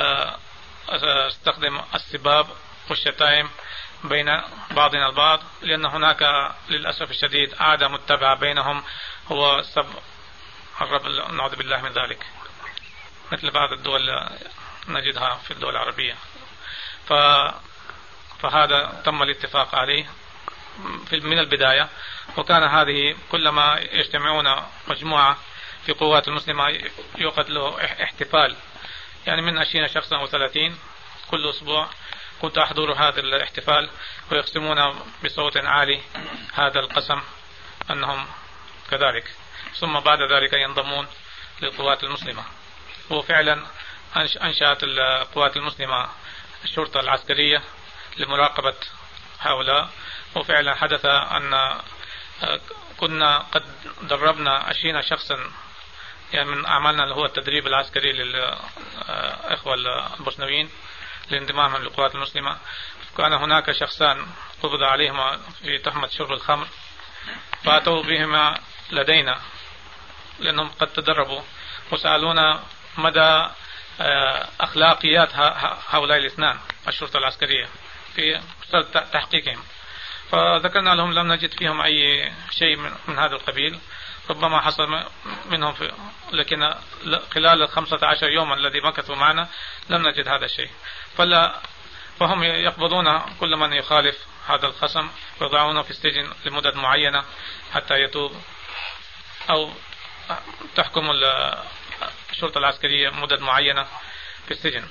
أستخدم السباب والشتائم بين بعضنا البعض، لأن هناك للأسف الشديد عادة متبعة بينهم هو سب الرب، نعوذ بالله من ذلك، مثل بعض الدول نجدها في الدول العربية. ف... فهذا تم الاتفاق عليه، من البداية، وكان هذه كلما يجتمعون مجموعة في قوات المسلمة يوقد له احتفال، يعني من عشرين شخصا أو ثلاثين كل أسبوع. كنت أحضر هذا الاحتفال ويقسمون بصوت عالي هذا القسم أنهم كذلك، ثم بعد ذلك ينضمون للقوات المسلمة. وفعلا أنشأت القوات المسلمة الشرطة العسكرية لمراقبة هؤلاء، وفعلا حدث أن كنا قد دربنا عشرين شخصا، يعني من أعمالنا اللي هو التدريب العسكري للإخوة البوسنويين لانضمامهم للقوات المسلمة. كان هناك شخصان قبض عليهما في تهمة شرب الخمر، فأتوا بهما لدينا لأنهم قد تدربوا، وسألونا مدى أخلاقيات هؤلاء الاثنان الشرطة العسكرية في تحقيقهم، فذكرنا لهم لم نجد فيهم أي شيء من هذا القبيل، ربما حصل منهم في، لكن خلال الخمسة عشر يوما الذي مكثوا معنا لم نجد هذا الشيء. فلا فهم يقبضون كل من يخالف هذا الخصم ويضعونه في السجن لمدة معينة حتى يتوب، أو تحكم الشرطة العسكرية مدة معينة في السجن.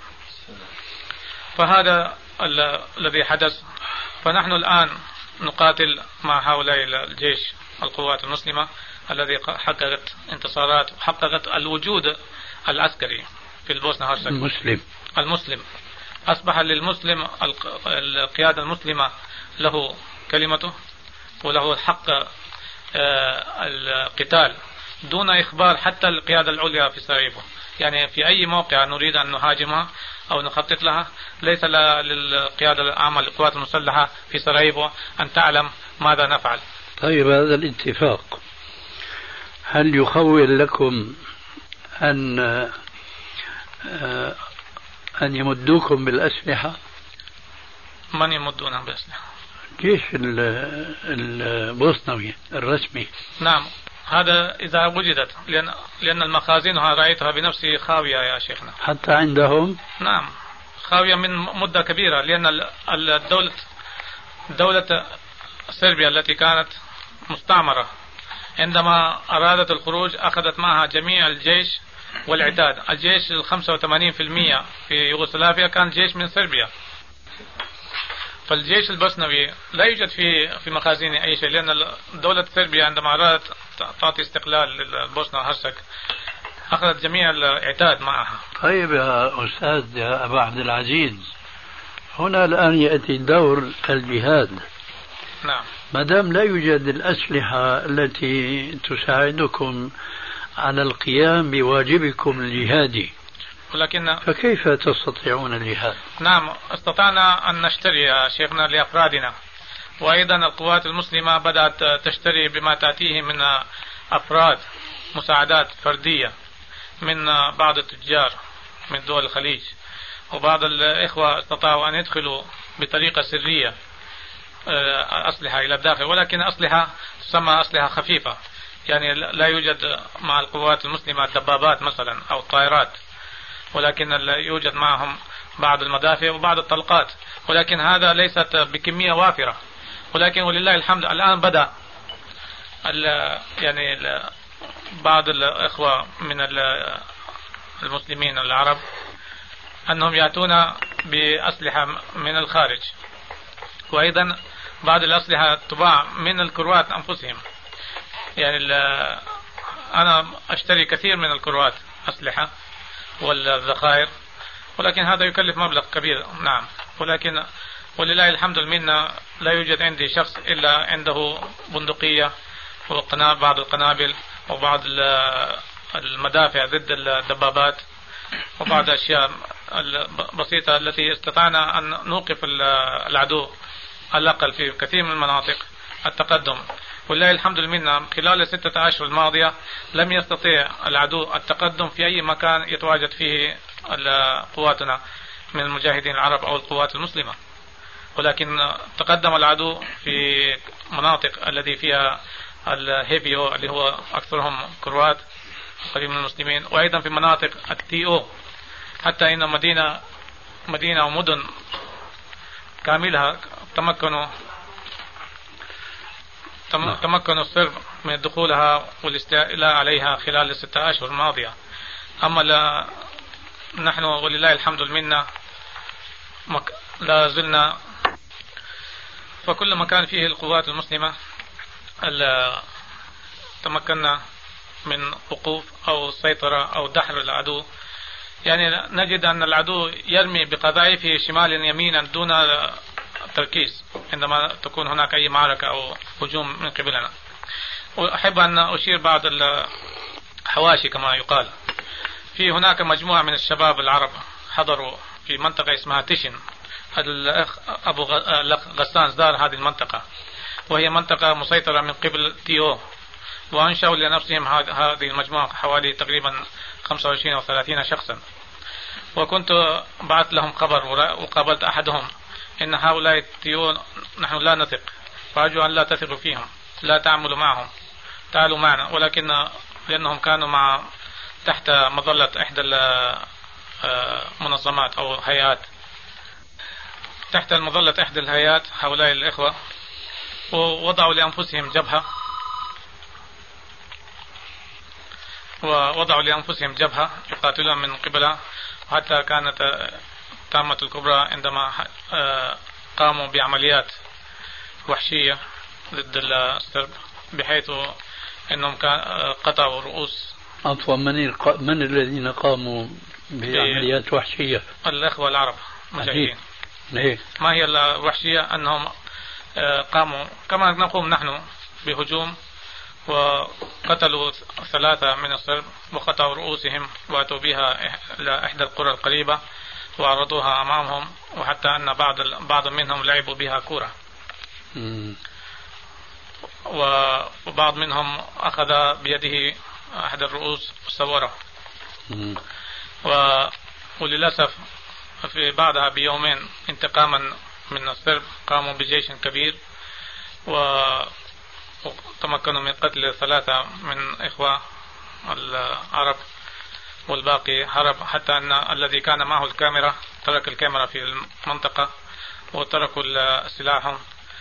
فهذا الذي حدث. فنحن الآن نقاتل مع هؤلاء الجيش القوات المسلمة الذي حققت انتصارات وحققت الوجود العسكري في البوسنة هرسك. المسلم المسلم أصبح للمسلم القيادة المسلمة له كلمته وله حق القتال دون إخبار حتى القيادة العليا في سراييفو. يعني في أي موقع نريد أن نهاجمها أو نخطط لها ليس للقيادة العامة للقوات المسلحة في سراييفو أن تعلم ماذا نفعل. طيب، هذا الاتفاق هل يخول لكم أن أن يمدوكم بالأسلحة؟ من يمدونا بالأسلحة؟ الجيش البوسنوي الرسمي. نعم، هذا إذا وجدت، لأن لأن المخازنها رأيتها بنفسي خاوية يا شيخنا. حتى عندهم؟ نعم، خاوية من مدة كبيرة، لأن الدولة دولة صربيا التي كانت مستعمرة عندما أرادت الخروج أخذت معها جميع الجيش والعتاد. الجيش الخمسة وثمانين بالمئة في يوغوسلافيا كان جيش من صربيا، فالجيش البوسنوي لا يوجد في في مخازنه أي شيء، لأن دولة صربيا عندما أرادت تعطي استقلال للبوسنة هرسك أخذت جميع العتاد معها. طيب يا أستاذ يا أبا عبد العزيز، هنا الآن يأتي دور الجهاد. نعم. ما دام لا يوجد الأسلحة التي تساعدكم على القيام بواجبكم الجهادي، ولكن فكيف تستطيعون الجهاد؟ نعم، استطعنا أن نشتري يا شيخنا لأفرادنا، وأيضا القوات المسلمة بدأت تشتري بما تأتيه من أفراد مساعدات فردية من بعض التجار من دول الخليج، وبعض الإخوة استطاعوا أن يدخلوا بطريقة سرية أسلحة إلى الداخل، ولكن أسلحة تسمى أسلحة خفيفة، يعني لا يوجد مع القوات المسلمة الدبابات مثلا أو الطائرات، ولكن يوجد معهم بعض المدافع وبعض الطلقات، ولكن هذا ليست بكمية وافرة. ولكن ولله الحمد الآن بدأ يعني بعض الإخوة من المسلمين العرب أنهم يأتون بأسلحة من الخارج، وأيضا بعض الأسلحة تباع من الكروات أنفسهم. يعني أنا أشتري كثير من الكروات أسلحة والذخائر، ولكن هذا يكلف مبلغ كبير. نعم، ولكن ولله الحمد المنة لا يوجد عندي شخص إلا عنده بندقية وبعض القنابل وبعض المدافع ضد الدبابات وبعض الأشياء البسيطة التي استطعنا أن نوقف العدو على الأقل في كثير من المناطق التقدم. ولله الحمد لله خلال الستة أشهر الماضية لم يستطيع العدو التقدم في أي مكان يتواجد فيه قواتنا من المجاهدين العرب أو القوات المسلمة، ولكن تقدم العدو في مناطق التي فيها الهيبي او اللي هو أكثرهم كروات قريب من المسلمين، وأيضا في مناطق التي او، حتى إن مدينة مدينة ومدن كاملها تمكنوا تمكنوا الصرب من دخولها والاستيلاء عليها خلال الستة أشهر الماضية. أما لا نحن ولله الحمد منا لا زلنا، فكل ما كان فيه القوات المسلمة تمكنا من وقوف أو السيطرة أو دحر العدو. يعني نجد أن العدو يرمي بقذائفه شمالا يمينا دون تركيز عندما تكون هناك أي معركة أو هجوم من قبلنا. وأحب أن أشير بعض الحواشي كما يقال. في هناك مجموعة من الشباب العرب حضروا في منطقة اسمها تشن. الأخ أبو غسان زار هذه المنطقة، وهي منطقة مسيطرة من قبل تيو، وأنشأوا لنفسهم هذه المجموعة حوالي تقريبا خمسة وعشرين أو ثلاثين شخصا. وكنت بعثت لهم خبر وقابلت أحدهم إن هؤلاء التيو نحن لا نثق، فأرجو أن لا تثقوا فيهم، لا تعملوا معهم، تعالوا معنا. ولكن لأنهم كانوا مع تحت مظلة إحدى المنظمات أو هيئات، تحت مظلة إحدى الهيئات هؤلاء الإخوة، ووضعوا لأنفسهم جبهة ووضعوا لأنفسهم جبهة يقاتلون من قبلها. وحتى كانت تامة الكبرى عندما قاموا بعمليات وحشية ضد السرب، بحيث أنهم قطعوا رؤوس. عفوا، من من الذين قاموا بعمليات وحشية؟ الأخوة العرب مجاهدين. ليه؟ ما هي الوحشية؟ أنهم قاموا كما نقوم نحن بهجوم، وقتلوا ثلاثة من الصرب وقطعوا رؤوسهم وأتوا بها إلى إحدى القرى القريبة وعرضوها أمامهم، وحتى أن بعض بعض منهم لعبوا بها كورة. وبعض منهم أخذ بيده أحد الرؤوس وصوره. وللأسف في بعدها بيومين انتقاما من الصرب قاموا بجيش كبير وتمكنوا من قتل ثلاثة من إخوة العرب، والباقي هرب، حتى أن الذي كان معه الكاميرا ترك الكاميرا في المنطقة وتركوا سلاحهم،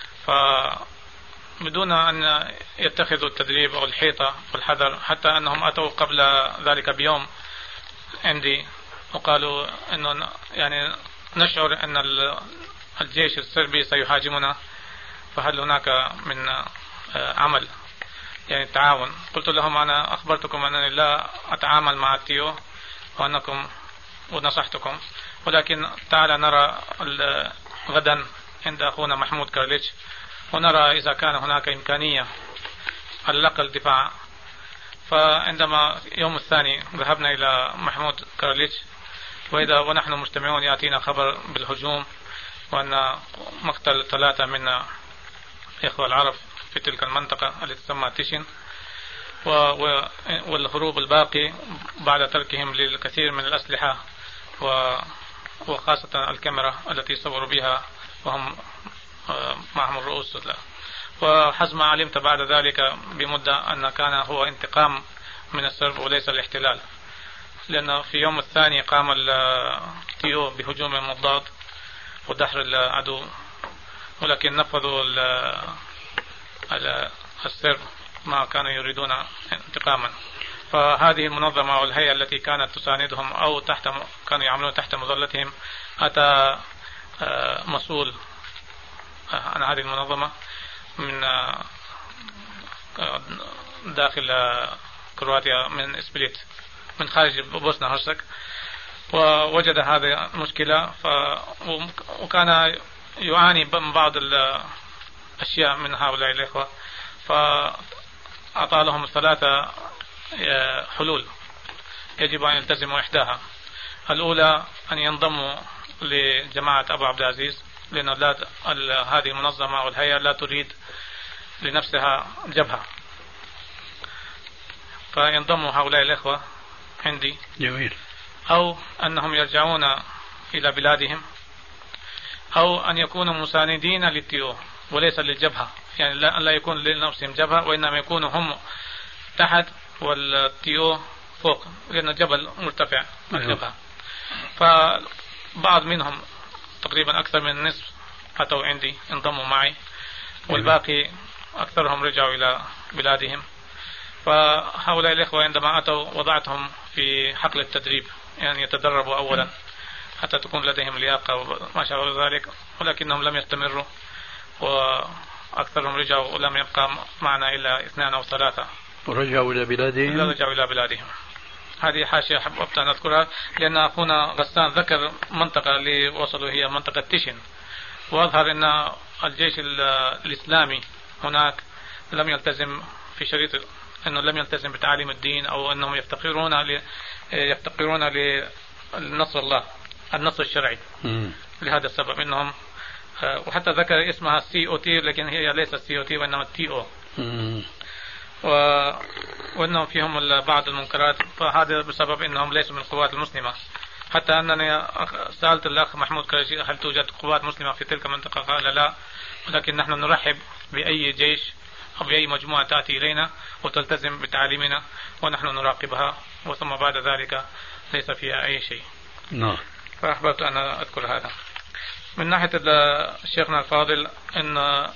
فبدون أن يتخذوا التدريب أو الحيطة والحذر. حتى أنهم أتوا قبل ذلك بيوم عندي وقالوا أنه يعني نشعر أن الجيش الصربي سيهاجمنا، فهل هناك من عمل يعني تعاون؟ قلت لهم أنا أخبرتكم أنني لا أتعامل مع التيو وأنكم ونصحتكم، ولكن تعال نرى غدا عند أخونا محمود كارليتش ونرى إذا كان هناك إمكانية على الأقل الدفاع. فعندما يوم الثاني ذهبنا إلى محمود كارليتش، وإذا ونحن مجتمعون يأتينا خبر بالهجوم وأن مقتل ثلاثة من إخوة العرب في تلك المنطقة التي تسمى تيشن، والهروب الباقي بعد تركهم للكثير من الأسلحة وخاصة الكاميرا التي صوروا بها وهم معهم الرؤوس. وحسب ما علمت بعد ذلك بمدة أن كان هو انتقام من السرب وليس الاحتلال، لأن في يوم الثاني قام التيو بهجوم مضاد ودحر العدو، ولكن نفذوا السرب ما كانوا يريدون انتقاما. فهذه المنظمة والهيئة التي كانت تساندهم أو تحت كانوا يعملون تحت مظلتهم، أتى مسؤول عن هذه المنظمة من داخل كرواتيا من إسبليت من خارج بوسنا هرسك، ووجد هذه المشكلة وكان يعاني من بعض الأشياء من هؤلاء الإخوة، فأعطى لهم ثلاثة حلول يجب أن يلتزموا إحداها. الأولى أن ينضموا لجماعة أبو عبد العزيز، لأن هذه المنظمة والهيئة لا تريد لنفسها جبهة، فينضموا هؤلاء الإخوة عندي. جميل. أو أنهم يرجعون إلى بلادهم، أو أن يكونوا مساندين للتيو وليس للجبهة، يعني لا يكون لنفسهم جبهة وإنما يكونوا هم تحت والتيو فوق، لأن الجبل مرتفع الجبهة. فبعض منهم تقريبا أكثر من النصف أتوا عندي انضموا معي، والباقي أكثرهم رجعوا إلى بلادهم. فهؤلاء الإخوة عندما أتوا وضعتهم في حقل التدريب، يعني يتدربوا أولا حتى تكون لديهم لياقة وما شابه ذلك، ولكنهم لم يستمروا وأكثرهم رجعوا ولم يبقى معنا إلا اثنان أو ثلاثة ورجعوا إلى بلادهم. رجعوا إلى بلادهم. هذه حاشية حببت أن أذكرها، لأن أخونا غسان ذكر منطقة اللي وصلوا هي منطقة تيشن، وأظهر أن الجيش الإسلامي هناك لم يلتزم في شريط أنه لم يلتزم بتعاليم الدين، أو أنهم يفتقرون ل... يفتقرون للنصر الله النصر الشرعي. م. لهذا السبب أنهم، وحتى ذكر اسمها سي او تي، لكن هي ليست سي او تي وإنما تي او، و... وأنهم فيهم بعض المنكرات. فهذا بسبب أنهم ليسوا من القوات المسلمة. حتى أنني سألت الأخ محمود كرشي هل توجد قوات مسلمة في تلك المنطقة؟ قال لا، ولكن نحن نرحب بأي جيش أو بأي مجموعة تأتي إلينا وتلتزم بتعليمنا ونحن نراقبها، وثم بعد ذلك ليس فيها أي شيء. نعم. فأحببت أن أذكر هذا. من ناحية شيخنا الفاضل، أن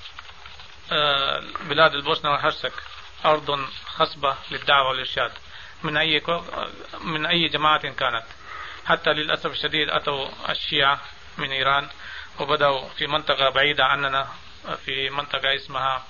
بلاد البوسنة والهرسك أرض خصبة للدعوة والإرشاد من أي من أي جماعة كانت. حتى للأسف الشديد أتوا الشيعة من إيران وبدأوا في منطقة بعيدة عننا، في منطقة اسمها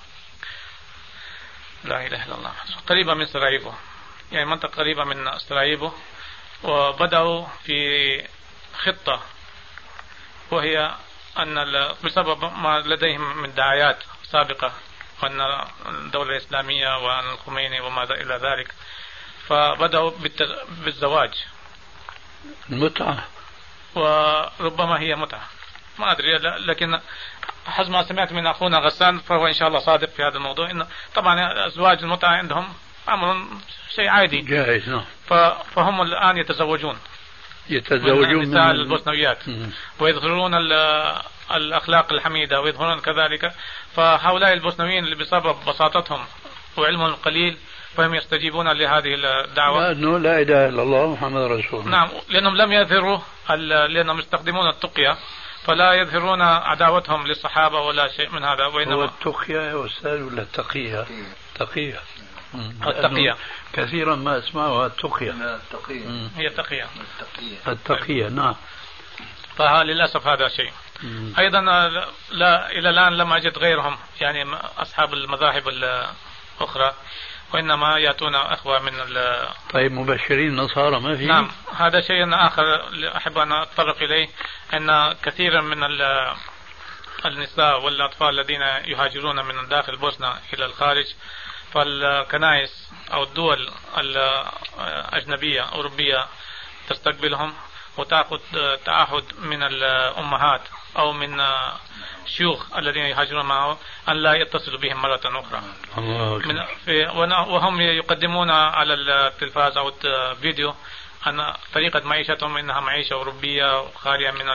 لا إله إلا الله قريبة من سراييفو، يعني منطقة قريبة من سراييفو، وبدأوا في خطة، وهي أن بسبب ما لديهم من دعايات سابقة وأن الدولة الإسلامية وأن الخميني وما إلى ذلك، فبدأوا بالزواج. المتعة، وربما هي متعة، ما أدري، لكن حسب ما سمعت من أخونا غسان فهو إن شاء الله صادق في هذا الموضوع. إن طبعا أزواج المتعة عندهم أمر شيء عادي جائز. نعم. فهم الآن يتزوجون يتزوجون من النساء البوسنويات ويظهرون الأخلاق الحميدة ويظهرون كذلك. فهؤلاء البوسنويين اللي بسبب بساطتهم وعلمهم القليل فهم يستجيبون لهذه الدعوة، لأنه لا إله إلا الله محمد رسول الله. نعم، لأنهم لم يظهروا، لأنهم يستخدمون التقية، فلا يظهرون عداوتهم للصحابة ولا شيء من هذا. وإنما هو التقية يا أستاذ ولا التقية؟ تقية. التقية كثيرا ما اسمعها التقية. لا التقية هي التقية. التقية نعم. فللأسف هذا شيء. مم. أيضا لا إلى الآن لم أجد غيرهم، يعني أصحاب المذاهب الأخرى، وإنما يأتون أخوة من ال طيب مبشرين نصارى ما في؟ نعم، هذا شيء آخر أحب أن أتطرق إليه، أن كثيرا من النساء والأطفال الذين يهاجرون من داخل البوسنة إلى الخارج، فالكنائس أو الدول الأجنبية أوروبية تستقبلهم وتأخذ تعهد من الأمهات أو من شيوخ الذين يهاجرون معه أن لا يتصلوا بهم مرة أخرى. من في وهم يقدمون على التلفاز أو الفيديو أن طريقة معيشتهم إنها معيشة أوروبية خالية من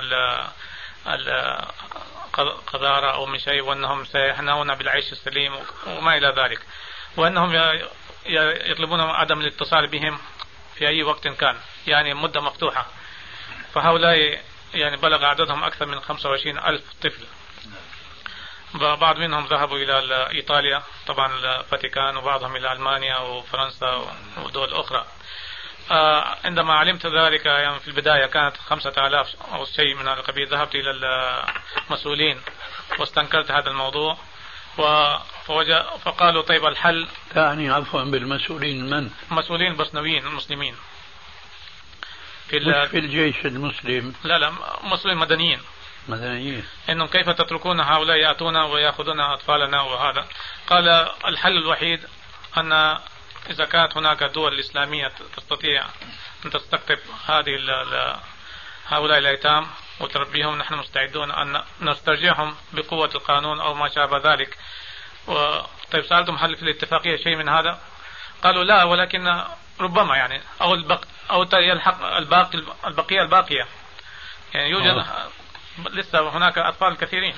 القذارة أو من شيء، وأنهم سيحنون بالعيش السليم وما إلى ذلك، وأنهم يطلبون عدم الاتصال بهم في أي وقت كان، يعني مدة مفتوحة. فهؤلاء يعني بلغ عددهم أكثر من خمسة وعشرين ألف طفل. بعض منهم ذهبوا إلى إيطاليا طبعا الفاتيكان، وبعضهم إلى ألمانيا وفرنسا ودول أخرى. عندما علمت ذلك يعني في البداية كانت خمسة آلاف أو شيء من القبيل، ذهبت إلى المسؤولين واستنكرت هذا الموضوع، فقالوا طيب الحل. يعني عفوا بالمسؤولين من؟ مسؤولين بوسنويين المسلمين في, مش في الجيش المسلم، لا لا مسؤولين مدنيين مدنيين، إنهم كيف تتركون هؤلاء يأتون ويأخذون أطفالنا وهذا. قال الحل الوحيد أن إذا كانت هناك دول إسلامية تستطيع أن تستقطب هذه هؤلاء الأيتام وتربيهم، نحن مستعدون أن نسترجعهم بقوة القانون أو ما شابه ذلك. طيب سألتم هل في الاتفاقية شيء من هذا؟ قالوا لا، ولكن ربما يعني أو البق أو يلحق الباقي البقية الباقية، يعني يوجد آه. لسه هناك أطفال كثيرين.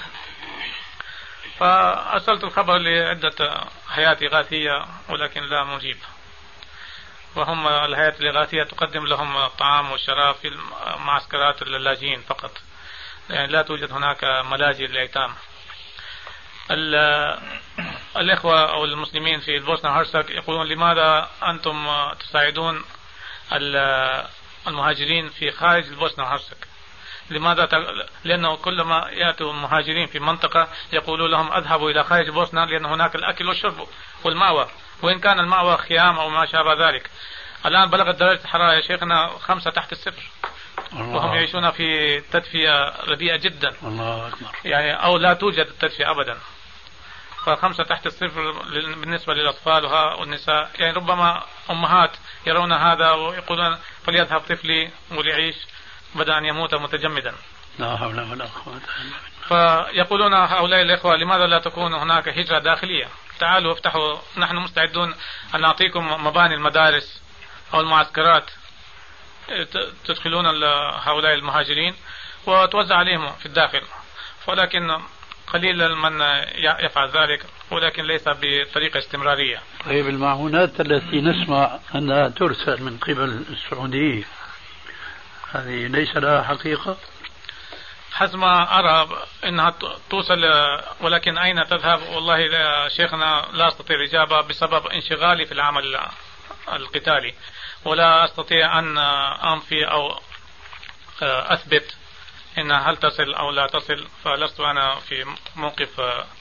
فأرسلت الخبر لعدة هيئات إغاثية ولكن لا مجيب، وهم الهيئات الإغاثية تقدم لهم الطعام والشراب في معسكرات اللاجئين فقط، يعني لا توجد هناك ملاجئ للأيتام. الإخوة أو المسلمين في البوسنة والهرسك يقولون لماذا أنتم تساعدون المهاجرين في خارج البوسنة والهرسك؟ لماذا؟ لأنه كلما يأتوا المهاجرين في منطقة يقولوا لهم أذهبوا إلى خارج البوسنة لأن هناك الأكل والشرب والمأوى، وإن كان المأوى خيام أو ما شابه ذلك. الآن بلغت درجة الحرارة يا شيخنا خمسة تحت الصفر، وهم يعيشون في تدفئة رديئة جدا. الله أكبر. يعني أو لا توجد التدفئة أبدا، فخمسة تحت الصفر بالنسبة للأطفال والنساء. يعني ربما أمهات يرون هذا ويقولون فليذهب طفلي وليعيش بدأ أن يموت متجمدا. لا حول ولا قوة إلا بالله. فيقولون هؤلاء الإخوة لماذا لا تكون هناك هجرة داخلية؟ تعالوا افتحوا، نحن مستعدون أن نعطيكم مباني المدارس أو المعسكرات تدخلون هؤلاء المهاجرين وتوزع عليهم في الداخل، ولكن قليل من يفعل ذلك، ولكن ليس بطريقة استمرارية. طيب المعونات التي نسمع أنها ترسل من قبل السعودية هذه ليس لها حقيقة؟ حسب ما أرى أنها توصل، ولكن أين تذهب؟ والله يا شيخنا لا أستطيع الإجابة بسبب انشغالي في العمل القتالي، ولا أستطيع أن أنفي أو أثبت إنها هل تصل أو لا تصل، فلست أنا في موقف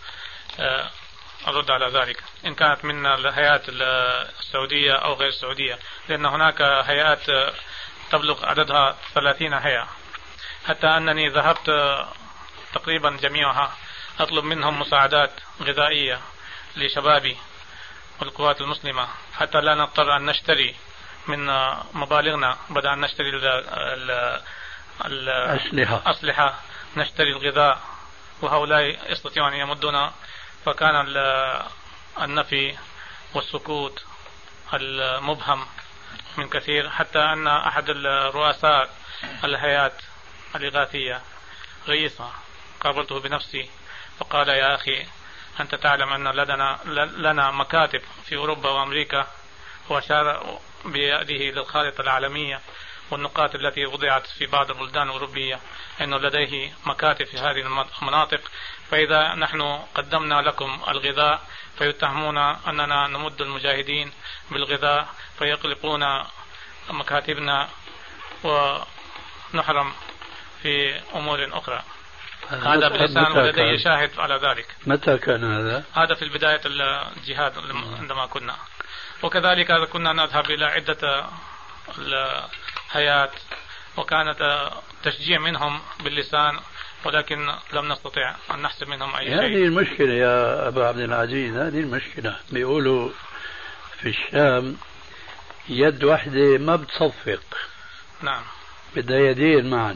أرد على ذلك إن كانت من الهيئات السعودية أو غير السعودية، لأن هناك هيئات تبلغ عددها ثلاثين هيئة، حتى أنني ذهبت تقريبا جميعها أطلب منهم مساعدات غذائية لشبابي والقوات المسلمة، حتى لا نضطر أن نشتري من مبالغنا، بدأ أن نشتري الأسلحة، نشتري الغذاء، وهؤلاء يستطيعون أن يمدون. فكان النفي والسكوت المبهم من كثير، حتى أن أحد الرؤساء الهيئات الإغاثية رئيسها قابلته بنفسي فقال يا أخي أنت تعلم أن لدنا, لنا مكاتب في أوروبا وأمريكا، وأشار بيده للخارطة العالمية والنقاط التي وضعت في بعض البلدان الأوروبية أنه لديه مكاتب في هذه المناطق، فإذا نحن قدمنا لكم الغذاء فيتهمون أننا نمد المجاهدين بالغذاء فيقلقون مكاتبنا ونحرم في أمور أخرى. هذا بلسان ولدي شاهد على ذلك. متى كان هذا؟ هذا في بداية الجهاد عندما كنا، وكذلك كنا نذهب إلى عدة الهيئات وكانت تشجيع منهم باللسان، ولكن لم نستطيع أن نحسب منهم أي شيء. هذه المشكلة يا أبا عبد العزيز، هذه المشكلة. بيقولوا في الشام يد واحدة ما بتصفق. نعم. بدها يدين معا.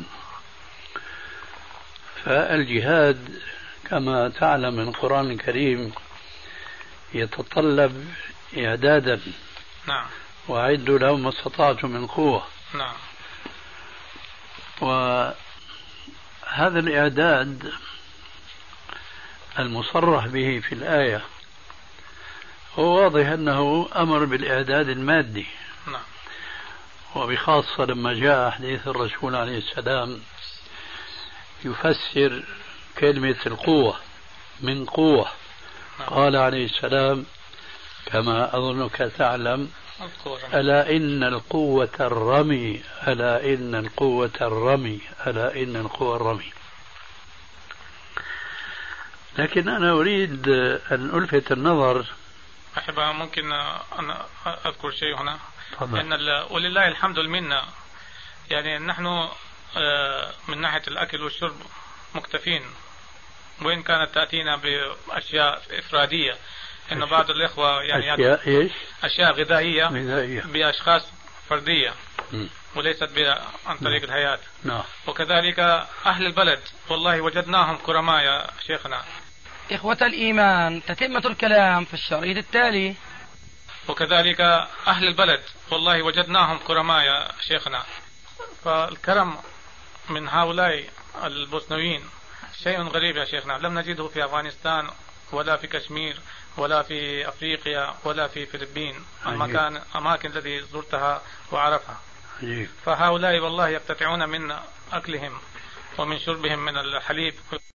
فالجهاد كما تعلم من القرآن الكريم يتطلب إعدادا. نعم. وأعدوا لهم ما استطعتم من قوة. نعم. وهذا الإعداد المصرح به في الآية هو واضح أنه أمر بالإعداد المادي. نعم. وبخاصة لما جاء حديث الرسول عليه السلام يفسر كلمة القوة من قوة. نعم. قال عليه السلام كما أظنك تعلم ألا إن القوة الرمي ألا إن القوة الرمي ألا إن القوة الرمي. لكن أنا أريد أن ألفت النظر. أحب ممكن أن أذكر شيء هنا. طبعا. أن ولله الحمد المنة، يعني نحن من ناحية الأكل والشرب مكتفين، وإن كانت تأتينا بأشياء إفرادية، إن بعض الإخوة يعني أشياء إيش؟ أشياء غذائية, غذائية بأشخاص فردية م. وليست عن طريق م. الهيئات. نعم. وكذلك أهل البلد والله وجدناهم كرماء يا شيخنا. إخوة الإيمان، تتمة الكلام في الشريط التالي. وكذلك أهل البلد والله وجدناهم كرماء يا شيخنا. فالكرم من هؤلاء البوسنويين شيء غريب يا شيخنا، لم نجده في أفغانستان ولا في كشمير ولا في أفريقيا ولا في فلبين، المكان أماكن التي زرتها وعرفها. عجيب. فهؤلاء والله يقتطعون من أكلهم ومن شربهم من الحليب